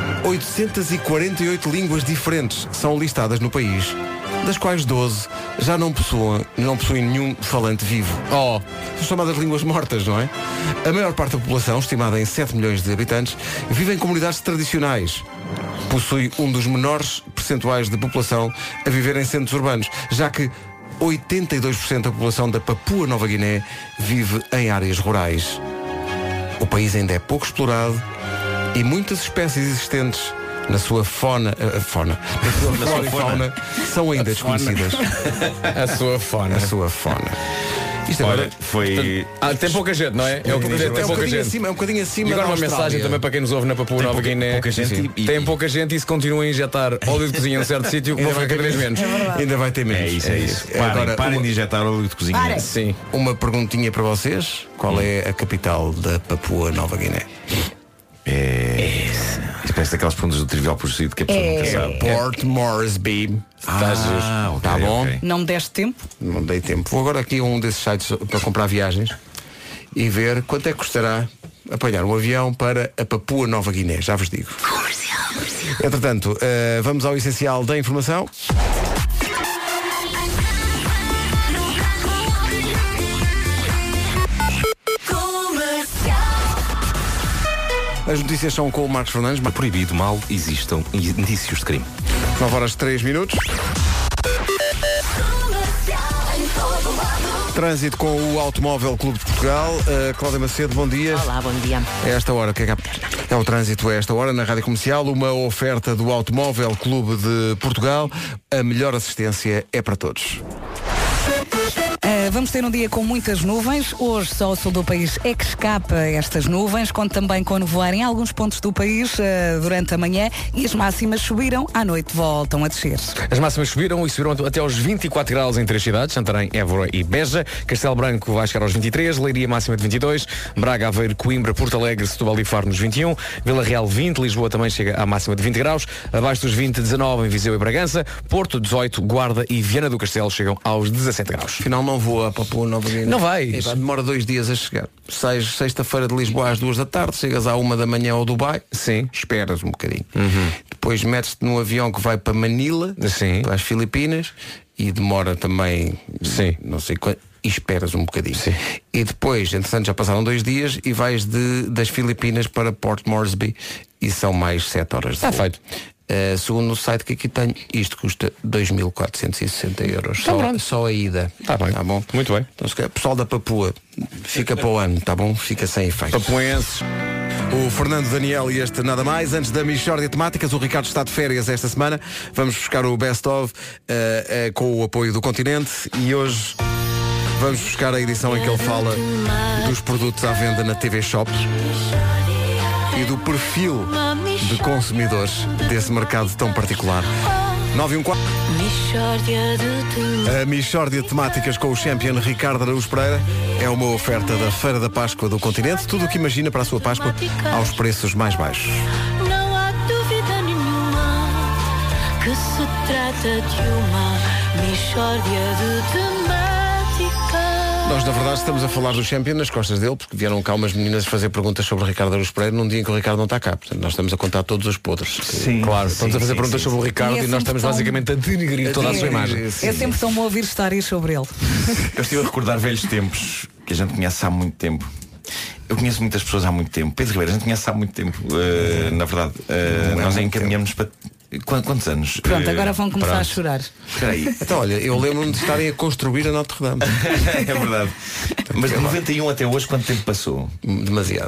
Speaker 1: 848 línguas diferentes são listadas no país, das quais 12 já não possuem nenhum falante vivo. São chamadas línguas mortas, não é? A maior parte da população, estimada em 7 milhões de habitantes, vive em comunidades tradicionais. Possui um dos menores percentuais de população a viver em centros urbanos, já que 82% da população da Papua Nova Guiné vive em áreas rurais. O país ainda é pouco explorado e muitas espécies existentes na sua flora e fauna são ainda desconhecidas.
Speaker 5: A sua fauna.
Speaker 1: Isto agora
Speaker 10: foi...
Speaker 5: tem pouca gente, não é? É um
Speaker 1: bocadinho acima.
Speaker 5: E agora uma
Speaker 1: da
Speaker 5: mensagem
Speaker 1: Austrália.
Speaker 5: também para quem nos ouve na Papua Nova Guiné. Tem pouca gente e se continua a injetar óleo de cozinha em certo sítio, vão ficar cada vez menos.
Speaker 1: Ainda vai ter menos.
Speaker 10: É isso.
Speaker 1: Parem
Speaker 10: de injetar óleo de cozinha.
Speaker 5: Sim.
Speaker 1: Uma perguntinha para vocês. Qual é a capital da Papua Nova Guiné?
Speaker 10: Isso parece daquelas perguntas do Trivial Pursuit que a pessoa nunca sabe.
Speaker 1: Port Moresby.
Speaker 10: Tá
Speaker 1: bom?
Speaker 3: Não me deste tempo?
Speaker 1: Não dei tempo. Vou agora aqui a um desses sites para comprar viagens e ver quanto é que custará apanhar um avião para a Papua Nova Guiné, já vos digo. Entretanto, vamos ao essencial da informação. As notícias são com o Marcos Fernandes.
Speaker 6: Proibido mal existam indícios de crime.
Speaker 1: 9h03. Trânsito com o Automóvel Clube de Portugal. Cláudia Macedo, bom dia.
Speaker 2: Olá, bom dia.
Speaker 1: É esta hora, o que é o trânsito a esta hora na Rádio Comercial, uma oferta do Automóvel Clube de Portugal. A melhor assistência é para todos.
Speaker 3: Vamos ter um dia com muitas nuvens. Hoje só o sul do país é que escapa a estas nuvens. Conta também com nevoeiro em alguns pontos do país durante a manhã e as máximas subiram, à noite voltam a descer.
Speaker 5: As máximas subiram até aos 24 graus em 3 cidades, Santarém, Évora e Beja. Castelo Branco vai chegar aos 23, Leiria máxima de 22, Braga, Aveiro, Coimbra, Porto Alegre, Setúbal e Faro nos 21, Vila Real 20, Lisboa também chega à máxima de 20 graus, abaixo dos 20, 19 em Viseu e Bragança, Porto 18, Guarda e Viana do Castelo chegam aos 17 graus.
Speaker 1: Afinal não voa para Papua Nova Guiné.
Speaker 5: Não vai.
Speaker 1: Demora 2 dias a chegar. Sais sexta-feira de Lisboa às 2 da tarde, chegas à 1 da manhã ao Dubai.
Speaker 5: Sim.
Speaker 1: Esperas um bocadinho. Depois metes-te num avião que vai para Manila,
Speaker 5: sim,
Speaker 1: para as Filipinas, e demora também,
Speaker 5: sim,
Speaker 1: não sei quanto, e esperas um bocadinho.
Speaker 5: Sim.
Speaker 1: E depois, entretanto, já passaram 2 dias e vais das Filipinas para Port Moresby e são mais 7 horas de voo.
Speaker 5: Está feito.
Speaker 1: Segundo o site que aqui tenho, isto custa 2.460 euros. Só a ida.
Speaker 5: Está bem.
Speaker 1: Tá bom?
Speaker 5: Muito bem.
Speaker 1: Então, se calhar, pessoal da Papua, fica para o ano, tá bom? Fica sem efeito.
Speaker 5: Papuenses.
Speaker 1: O Fernando Daniel e este nada mais. Antes da Michórdia Temáticas, o Ricardo está de férias esta semana. Vamos buscar o Best of com o apoio do Continente e hoje vamos buscar a edição em que ele fala dos produtos à venda na TV Shop e do perfil de consumidores desse mercado tão particular. 914. A Michórdia de Temáticas com o Champion Ricardo Araújo Pereira é uma oferta da Feira da Páscoa do Continente. Tudo o que imagina para a sua Páscoa aos preços mais baixos.
Speaker 9: Não há dúvida nenhuma que se trata de uma Michórdia de temáticas.
Speaker 1: Nós, na verdade, estamos a falar do Champion nas costas dele, porque vieram cá umas meninas fazer perguntas sobre o Ricardo Araújo Pereira num dia em que o Ricardo não está cá. Portanto, nós estamos a contar todos os podres.
Speaker 5: Sim, claro. Estamos a fazer perguntas sobre o Ricardo e nós estamos basicamente a denegrir toda a sua imagem.
Speaker 3: É sempre tão bom ouvir histórias sobre ele.
Speaker 10: Eu estive a recordar velhos tempos que a gente conhece há muito tempo. Eu conheço muitas pessoas há muito tempo. Pedro Ribeiro, a gente conhece há muito tempo. Na verdade, nós encaminhamos para... Quantos anos?
Speaker 3: Pronto, agora vão começar a chorar.
Speaker 10: Espera aí.
Speaker 1: Então, olha, eu lembro-me de estarem a construir a Notre Dame.
Speaker 10: É verdade. Mas de 91 até hoje, quanto tempo passou?
Speaker 1: Demasiado.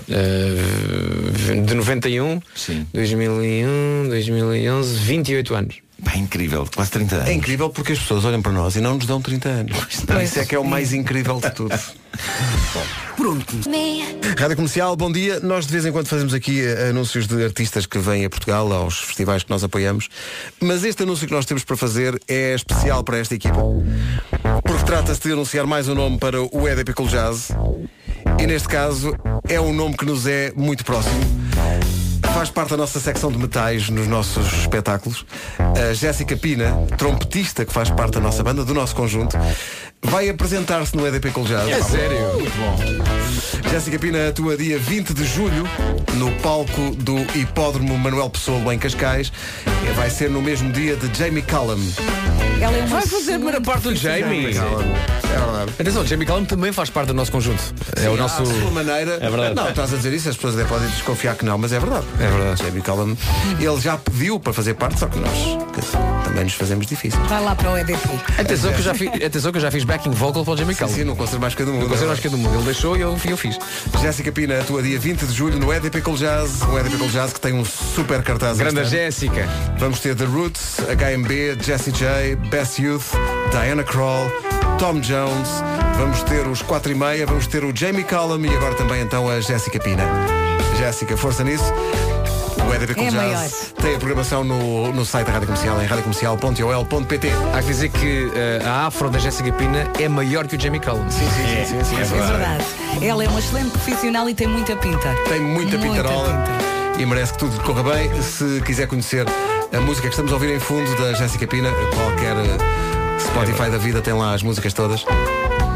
Speaker 5: De 91, sim. 2001, 2011, 28 anos.
Speaker 10: Pá, incrível, quase 30 anos.
Speaker 1: É incrível porque as pessoas olham para nós e não nos dão 30 anos. Isso é que é o mais incrível de tudo. Pronto. Rádio Comercial, bom dia. Nós de vez em quando fazemos aqui anúncios de artistas que vêm a Portugal, aos festivais que nós apoiamos. Mas este anúncio que nós temos para fazer é especial para esta equipa. Porque trata-se de anunciar mais um nome para o EDP Cool Jazz. E neste caso é um nome que nos é muito próximo. Faz parte da nossa secção de metais nos nossos espetáculos. A Jéssica Pina, trompetista que faz parte da nossa banda, do nosso conjunto, vai apresentar-se no EDP Cool Jazz.
Speaker 5: É sério?
Speaker 1: Muito bom. Jéssica Pina atua dia 20 de julho no palco do Hipódromo Manuel Pessoa em Cascais. Vai ser no mesmo dia de Jamie Cullum.
Speaker 3: Ela
Speaker 5: vai fazer a primeira parte do Jamie.
Speaker 1: É verdade.
Speaker 5: Atenção, o Jamie Cullum também faz parte do nosso conjunto.
Speaker 1: Sim,
Speaker 5: é o nosso.
Speaker 1: À sua maneira.
Speaker 5: É verdade.
Speaker 1: Não, estás a dizer isso, as pessoas até podem desconfiar que não, mas é verdade.
Speaker 5: É verdade.
Speaker 1: Jamie Cullum, ele já pediu para fazer parte, só que nós também nos fazemos difíceis.
Speaker 3: Vai lá para o EDP.
Speaker 5: Atenção que eu já fiz backing vocal para o Jamie Cullum.
Speaker 1: Sim, no Concerto Mais Que do Mundo.
Speaker 5: No Concerto Mais Que do Mundo. Ele deixou e eu fiz.
Speaker 1: Jéssica Pina atua dia 20 de julho no EDP Cool Jazz. O EDP Cool Jazz que tem um super cartaz.
Speaker 5: Grande Jéssica.
Speaker 1: Vamos ter The Roots, HMB, Jessie J, Best Youth, Diana Krall, Tom Jones. Vamos ter os 4:30, vamos ter o Jamie Cullum e agora também então a Jéssica Pina. Jéssica, força nisso. O EDP Cool Jazz tem a programação no site da Rádio Comercial, em radiocomercial.ol.pt.
Speaker 5: Há que dizer que a afro da Jéssica Pina é maior que o Jamie Cullum.
Speaker 1: Sim.
Speaker 3: É verdade. Ela é uma excelente profissional e tem muita pinta.
Speaker 1: Tem muita pintarola e merece que tudo corra bem. Se quiser conhecer a música que estamos a ouvir em fundo da Jéssica Pina, qualquer Spotify da vida tem lá as músicas todas.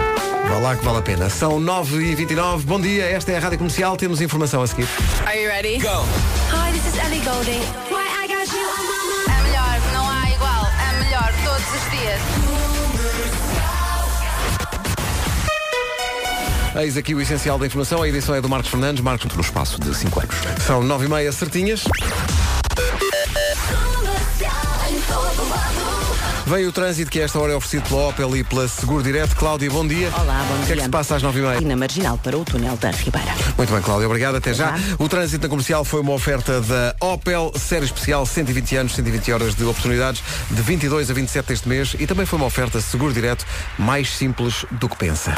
Speaker 1: Vá lá que vale a pena. São 9h29. Bom dia, esta é a Rádio Comercial. Temos informação a seguir.
Speaker 12: Are you ready? Go!
Speaker 9: Hi, this is Ellie Goulding.
Speaker 12: É melhor, não há igual. É melhor todos os dias.
Speaker 1: Eis aqui o essencial da informação. A edição é do Marcos Fernandes. Marcos,
Speaker 6: no espaço de 5 anos.
Speaker 1: São 9h30 certinhas. Vem o trânsito que a esta hora é oferecido pela Opel e pela Seguro Direto. Cláudia, bom dia.
Speaker 2: Olá, bom dia.
Speaker 1: O que é que se passa às 9h30?
Speaker 2: E na Marginal para o túnel da Ribeira.
Speaker 1: Muito bem, Cláudia, obrigado. Até já. O trânsito na comercial foi uma oferta da Opel, série especial 120 anos, 120 horas de oportunidades, de 22 a 27 deste mês, e também foi uma oferta Seguro Direto, mais simples do que pensa.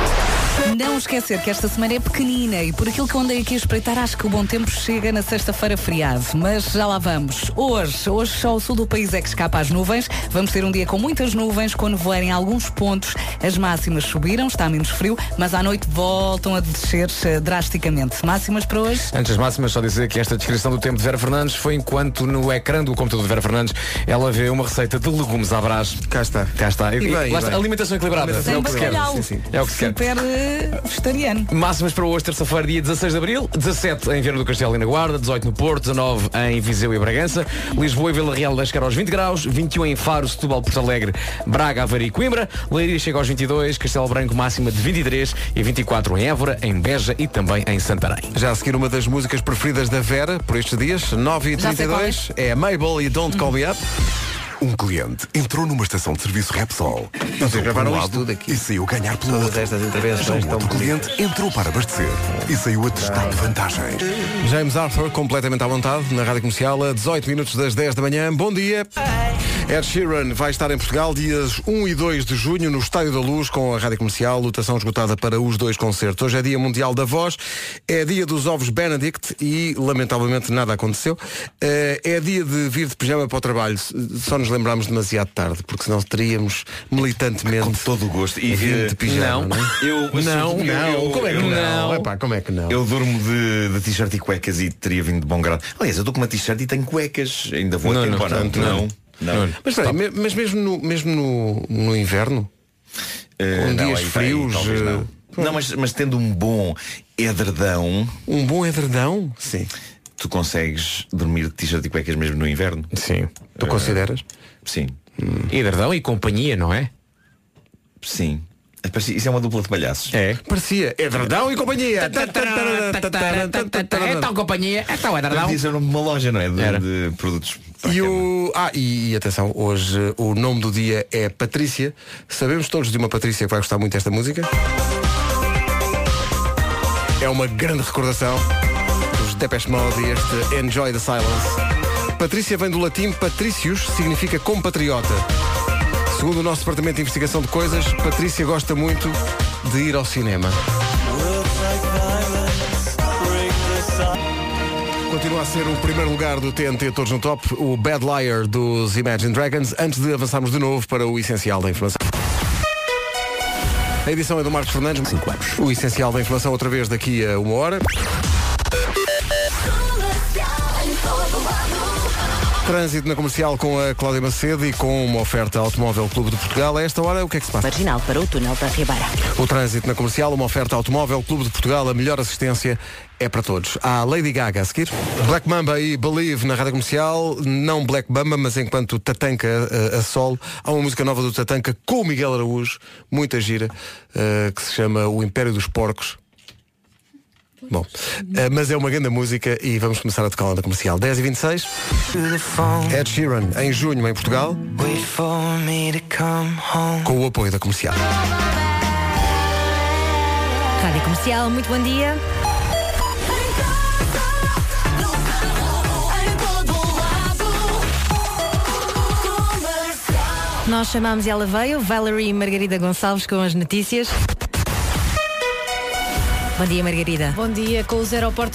Speaker 3: Não esquecer que esta semana é pequenina e por aquilo que eu andei aqui a espreitar, acho que o bom tempo chega na sexta-feira feriado. Mas já lá vamos. Hoje só o sul do país é que escapa às nuvens. Vamos ter um dia com muitas nuvens, com nevoeiro em alguns pontos. As máximas subiram, está menos frio, mas à noite voltam a descer drasticamente. Máximas para hoje?
Speaker 5: Antes das máximas, só dizer que esta descrição do tempo de Vera Fernandes foi enquanto no ecrã do computador de Vera Fernandes ela vê uma receita de legumes à Brás.
Speaker 1: Cá está.
Speaker 5: E
Speaker 1: bem,
Speaker 5: lá está. Alimentação equilibrada.
Speaker 3: É o que se quer.
Speaker 5: É o que se quer.
Speaker 3: Super vegetariano.
Speaker 5: Máximas para hoje, terça-feira, dia 16 de Abril, 17 em Viana do Castelo e na Guarda, 18 no Porto, 19 em Viseu e Bragança, Lisboa e Vila Real vai chegar aos 20 graus, 21 em Faro, Setúbal, Porto Alegre, Braga, Aveiro e Coimbra, Leiria chega aos 22, Castelo Branco máxima de 23 e 24 em Évora, em Beja e também em Santarém.
Speaker 1: Já a seguir uma das músicas preferidas da Vera por estes dias, 9h32, é a Mabel e Don't Call Me Up.
Speaker 4: Um cliente entrou numa estação de serviço Repsol.
Speaker 1: Vocês gravaram isto tudo aqui.
Speaker 4: E saiu ganhar pelo
Speaker 1: Todas
Speaker 4: outro.
Speaker 1: estas intervenções
Speaker 4: Um outro cliente entrou para abastecer e saiu a testar vantagens.
Speaker 1: James Arthur, completamente à vontade, na Rádio Comercial, a 18 minutos das 10 da manhã. Bom dia. Ed Sheeran vai estar em Portugal dias 1 e 2 de junho no Estádio da Luz com a Rádio Comercial, lotação esgotada para os dois concertos. Hoje é Dia Mundial da Voz, é dia dos ovos Benedict e, lamentavelmente, nada aconteceu. É dia de vir de pijama para o trabalho. Só nos lembramos demasiado tarde, porque senão teríamos militantemente
Speaker 10: com todo o gosto e
Speaker 1: de pijama.
Speaker 5: Não, como é que não?
Speaker 1: Epá, como é que não?
Speaker 10: Eu durmo de t-shirt e cuecas e teria vindo de bom grado. Aliás, eu estou com uma t-shirt e tenho cuecas. Ainda vou a tempo ou não? Não.
Speaker 1: Mas, peraí, mas mesmo no inverno? Com dias frios?
Speaker 10: Não, mas tendo um bom edredão.
Speaker 1: Um bom edredão?
Speaker 10: Sim. Tu consegues dormir de t-shirt e cuecas mesmo no inverno?
Speaker 5: Sim.
Speaker 1: Tu consideras?
Speaker 10: Sim.
Speaker 5: Edredão e companhia, não é?
Speaker 10: Sim. Isso é uma dupla de palhaços.
Speaker 5: É.
Speaker 1: Parecia edredão e companhia.
Speaker 5: Então companhia, então edredão.
Speaker 10: Podia ser uma loja, não é? De produtos.
Speaker 1: E atenção, hoje o nome do dia é Patrícia. Sabemos todos de uma Patrícia que vai gostar muito desta música. É uma grande recordação dos Depeche Mode e este Enjoy the Silence. Patrícia vem do latim Patricius, significa compatriota. Segundo o nosso departamento de investigação de coisas, Patrícia gosta muito de ir ao cinema. Continua a ser o primeiro lugar do TNT Todos no Top, o Bad Liar dos Imagine Dragons, antes de avançarmos de novo para o essencial da informação. A edição é do Marcos Fernandes, 5 anos. O essencial da informação outra vez daqui a 1 hora. Trânsito na comercial com a Cláudia Macedo e com uma oferta Automóvel Clube de Portugal. A esta hora, o que é que se passa?
Speaker 2: Marginal para o túnel da Ribeira.
Speaker 1: O trânsito na comercial, uma oferta Automóvel Clube de Portugal. A melhor assistência é para todos. Há Lady Gaga a seguir. Black Mamba e Believe na rádio comercial. Não Black Mamba, mas enquanto Tatanka a solo. Há uma música nova do Tatanka com o Miguel Araújo, muita gira, que se chama O Império dos Porcos. Bom, mas é uma grande música e vamos começar a tocá-la na comercial. 10h26. Ed Sheeran, em junho, em Portugal, com o apoio da comercial.
Speaker 13: Rádio Comercial, muito bom dia. Nós chamamos e ela veio, Valerie Margarida Gonçalves com as notícias. Bom dia, Margarida.
Speaker 14: Bom dia. Com os aeroportos